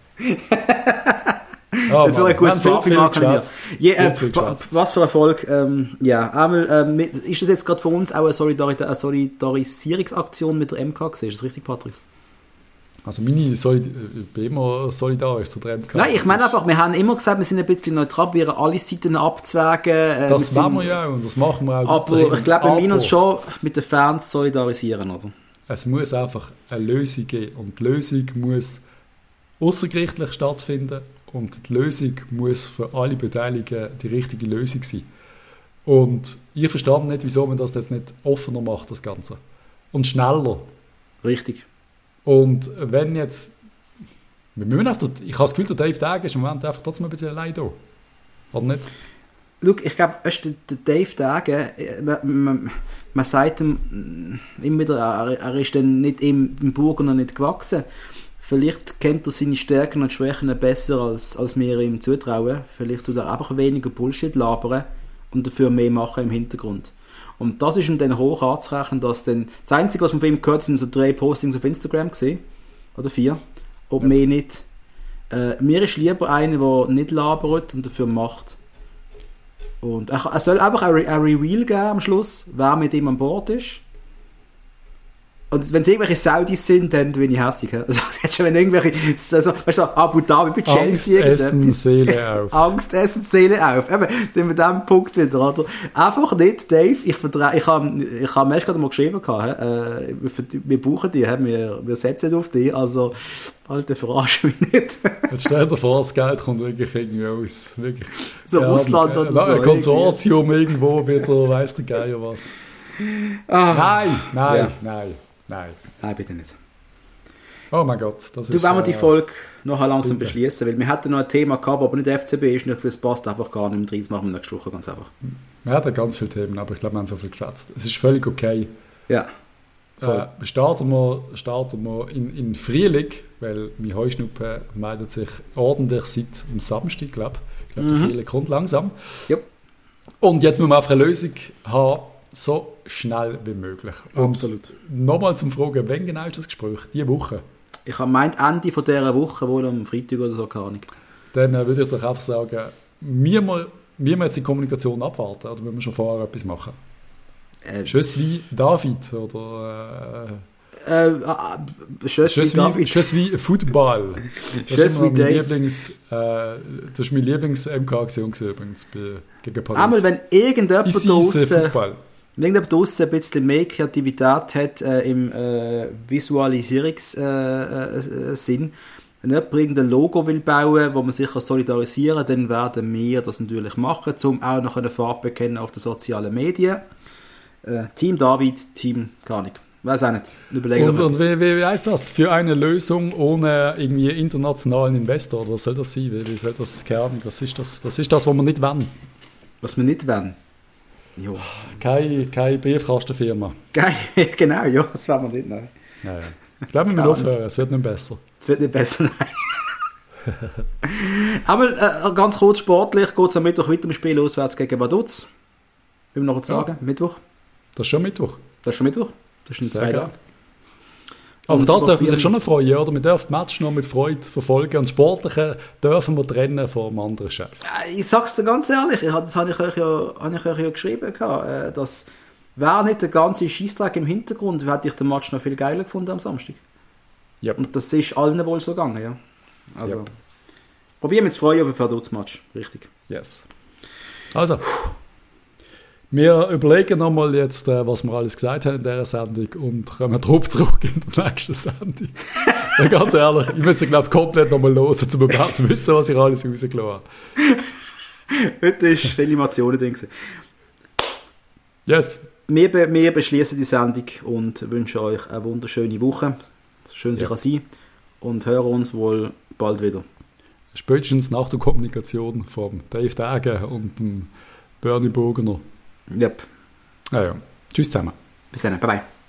Oh, für ein gutes Parfüm angenommen. Was für Erfolg. Ja, einmal, ist das jetzt gerade für uns auch eine Solidarisierungsaktion mit der MK gewesen? Ist das richtig, Patrick? Also ich bin immer solidarisch zu der MK. Nein, ich meine einfach, wir haben immer gesagt, wir sind ein bisschen neutral, wir probieren alle Seiten abzuwägen. Das wollen wir ja auch und das machen wir auch. Aber ich glaube, wir müssen uns schon mit den Fans solidarisieren, oder? Es muss einfach eine Lösung geben und die Lösung muss außergerichtlich stattfinden und die Lösung muss für alle Beteiligten die richtige Lösung sein. Und ich verstehe nicht, wieso man das jetzt nicht offener macht, das Ganze. Und schneller. Richtig. Und wenn jetzt... ich habe das Gefühl, der Dave Degen ist im Moment einfach trotzdem ein bisschen allein da. Oder nicht? Schau, ich glaube, der Dave Degen, man sagt ihm immer wieder, er ist dann nicht im Burger noch nicht gewachsen. Vielleicht kennt er seine Stärken und Schwächen besser, als wir ihm zutrauen. Vielleicht tut er einfach weniger Bullshit labern und dafür mehr machen im Hintergrund. Und das ist ihm dann hoch anzurechnen, dass dann das Einzige, was man von ihm gehört, sind so 3 Postings auf Instagram gesehen. Oder 4. Ob mehr nicht. Mir ist lieber einer, der nicht labert und dafür macht. Und er soll einfach ein Reveal geben am Schluss, wer mit ihm an Bord ist. Und wenn es irgendwelche Saudis sind, dann bin ich hässlich. Also, wenn irgendwelche, also, weißt du, Abu Dhabi bei Chelsea. Angst essen, Seele auf. Angst essen, Seele auf. Eben, sind wir an diesem Punkt wieder, oder? Einfach nicht, Dave, ich habe erst gerade mal geschrieben, wir brauchen dich, wir setzen auf dich, also, Alter, verarsch mich nicht. Jetzt stell dir vor, das Geld kommt wirklich irgendwie aus, wirklich. So Russland oder so. Ein Konsortium irgendwo wieder, weiss der Geier was. Nein, bitte nicht. Oh mein Gott. Das wenn wir die Folge noch langsam beschließen, weil wir hatten noch ein Thema gehabt, aber nicht FCB ist nicht, es passt einfach gar nicht mehr rein, das machen wir nächste Woche ganz einfach. Wir hatten ganz viele Themen, aber ich glaube, wir haben so viel geschwätzt. Es ist völlig okay. Ja. Starten wir in Frühling, weil mein Heuschnuppe meldet sich ordentlich seit dem Samstag, glaube ich. Ich glaube, der Frühling kommt langsam. Ja. Und jetzt müssen wir einfach eine Lösung haben, so schnell wie möglich. Und absolut. Nochmal zum Fragen, wann genau ist das Gespräch? Diese Woche? Ich habe gemeint, Ende von dieser Woche, wohl am Freitag oder so, keine Ahnung. Dann würde ich doch einfach sagen, müssen wir jetzt die Kommunikation abwarten oder müssen wir schon vorher etwas machen? Tschüss wie David oder... Je suis Football. Das ist mein Lieblings-MK-Aktion übrigens gegen Paris. Einmal, wenn irgendjemand Football. Wenn irgendjemand draussen ein bisschen mehr Kreativität hat im Visualisierungssinn, wenn jemand irgendein Logo will bauen, wo man sich solidarisieren kann, dann werden wir das natürlich machen, um auch noch eine Farbe bekennen auf den sozialen Medien. Team David, Team gar nicht. Weiß auch nicht. Und wie heißt das? Für eine Lösung ohne irgendwie internationalen Investor? Oder was soll das sein? Wie soll das kernen? Was ist das, was wir nicht wollen? Was wir nicht wollen? Ja. Keine Briefkastenfirma. Genau, ja, das wollen wir nicht. Nein. Ja. Ich glaube, wir müssen aufhören. Es wird nicht besser. Es wird nicht besser, nein. Aber ganz kurz sportlich, geht es am Mittwoch weiter im Spiel auswärts gegen Vaduz. Will man noch was sagen? Mittwoch? Das ist schon Mittwoch. Das ist in 2 Tagen. Aber das dürfen wir sich schon noch freuen, oder? Wir dürfen das Match noch mit Freude verfolgen und das Sportliche dürfen wir trennen vom anderen Scheiß. Ich sag's dir ganz ehrlich, das habe ich euch ja geschrieben, dass wäre nicht der ganze Scheissdreck im Hintergrund, hätte ich den Match noch viel geiler gefunden am Samstag. Yep. Und das ist allen wohl so gegangen, ja. Also, probieren wir zu freuen auf ein Verdutz-Match, richtig. Yes. Also, wir überlegen nochmal jetzt, was wir alles gesagt haben in dieser Sendung und kommen darauf zurück in der nächsten Sendung. Ganz ehrlich, ich müsste, glaube ich, komplett nochmal hören, um überhaupt zu wissen, was ich alles rausgelassen habe. Heute ist viele Emotionen drin. Yes. Wir beschließen die Sendung und wünschen euch eine wunderschöne Woche, so schön sie kann sein, und hören uns wohl bald wieder. Spätestens nach der Kommunikation von Dave Degen und dem Bernie Bogner. Yep. Ja. Tschüss zusammen. Bis dann. Bye bye.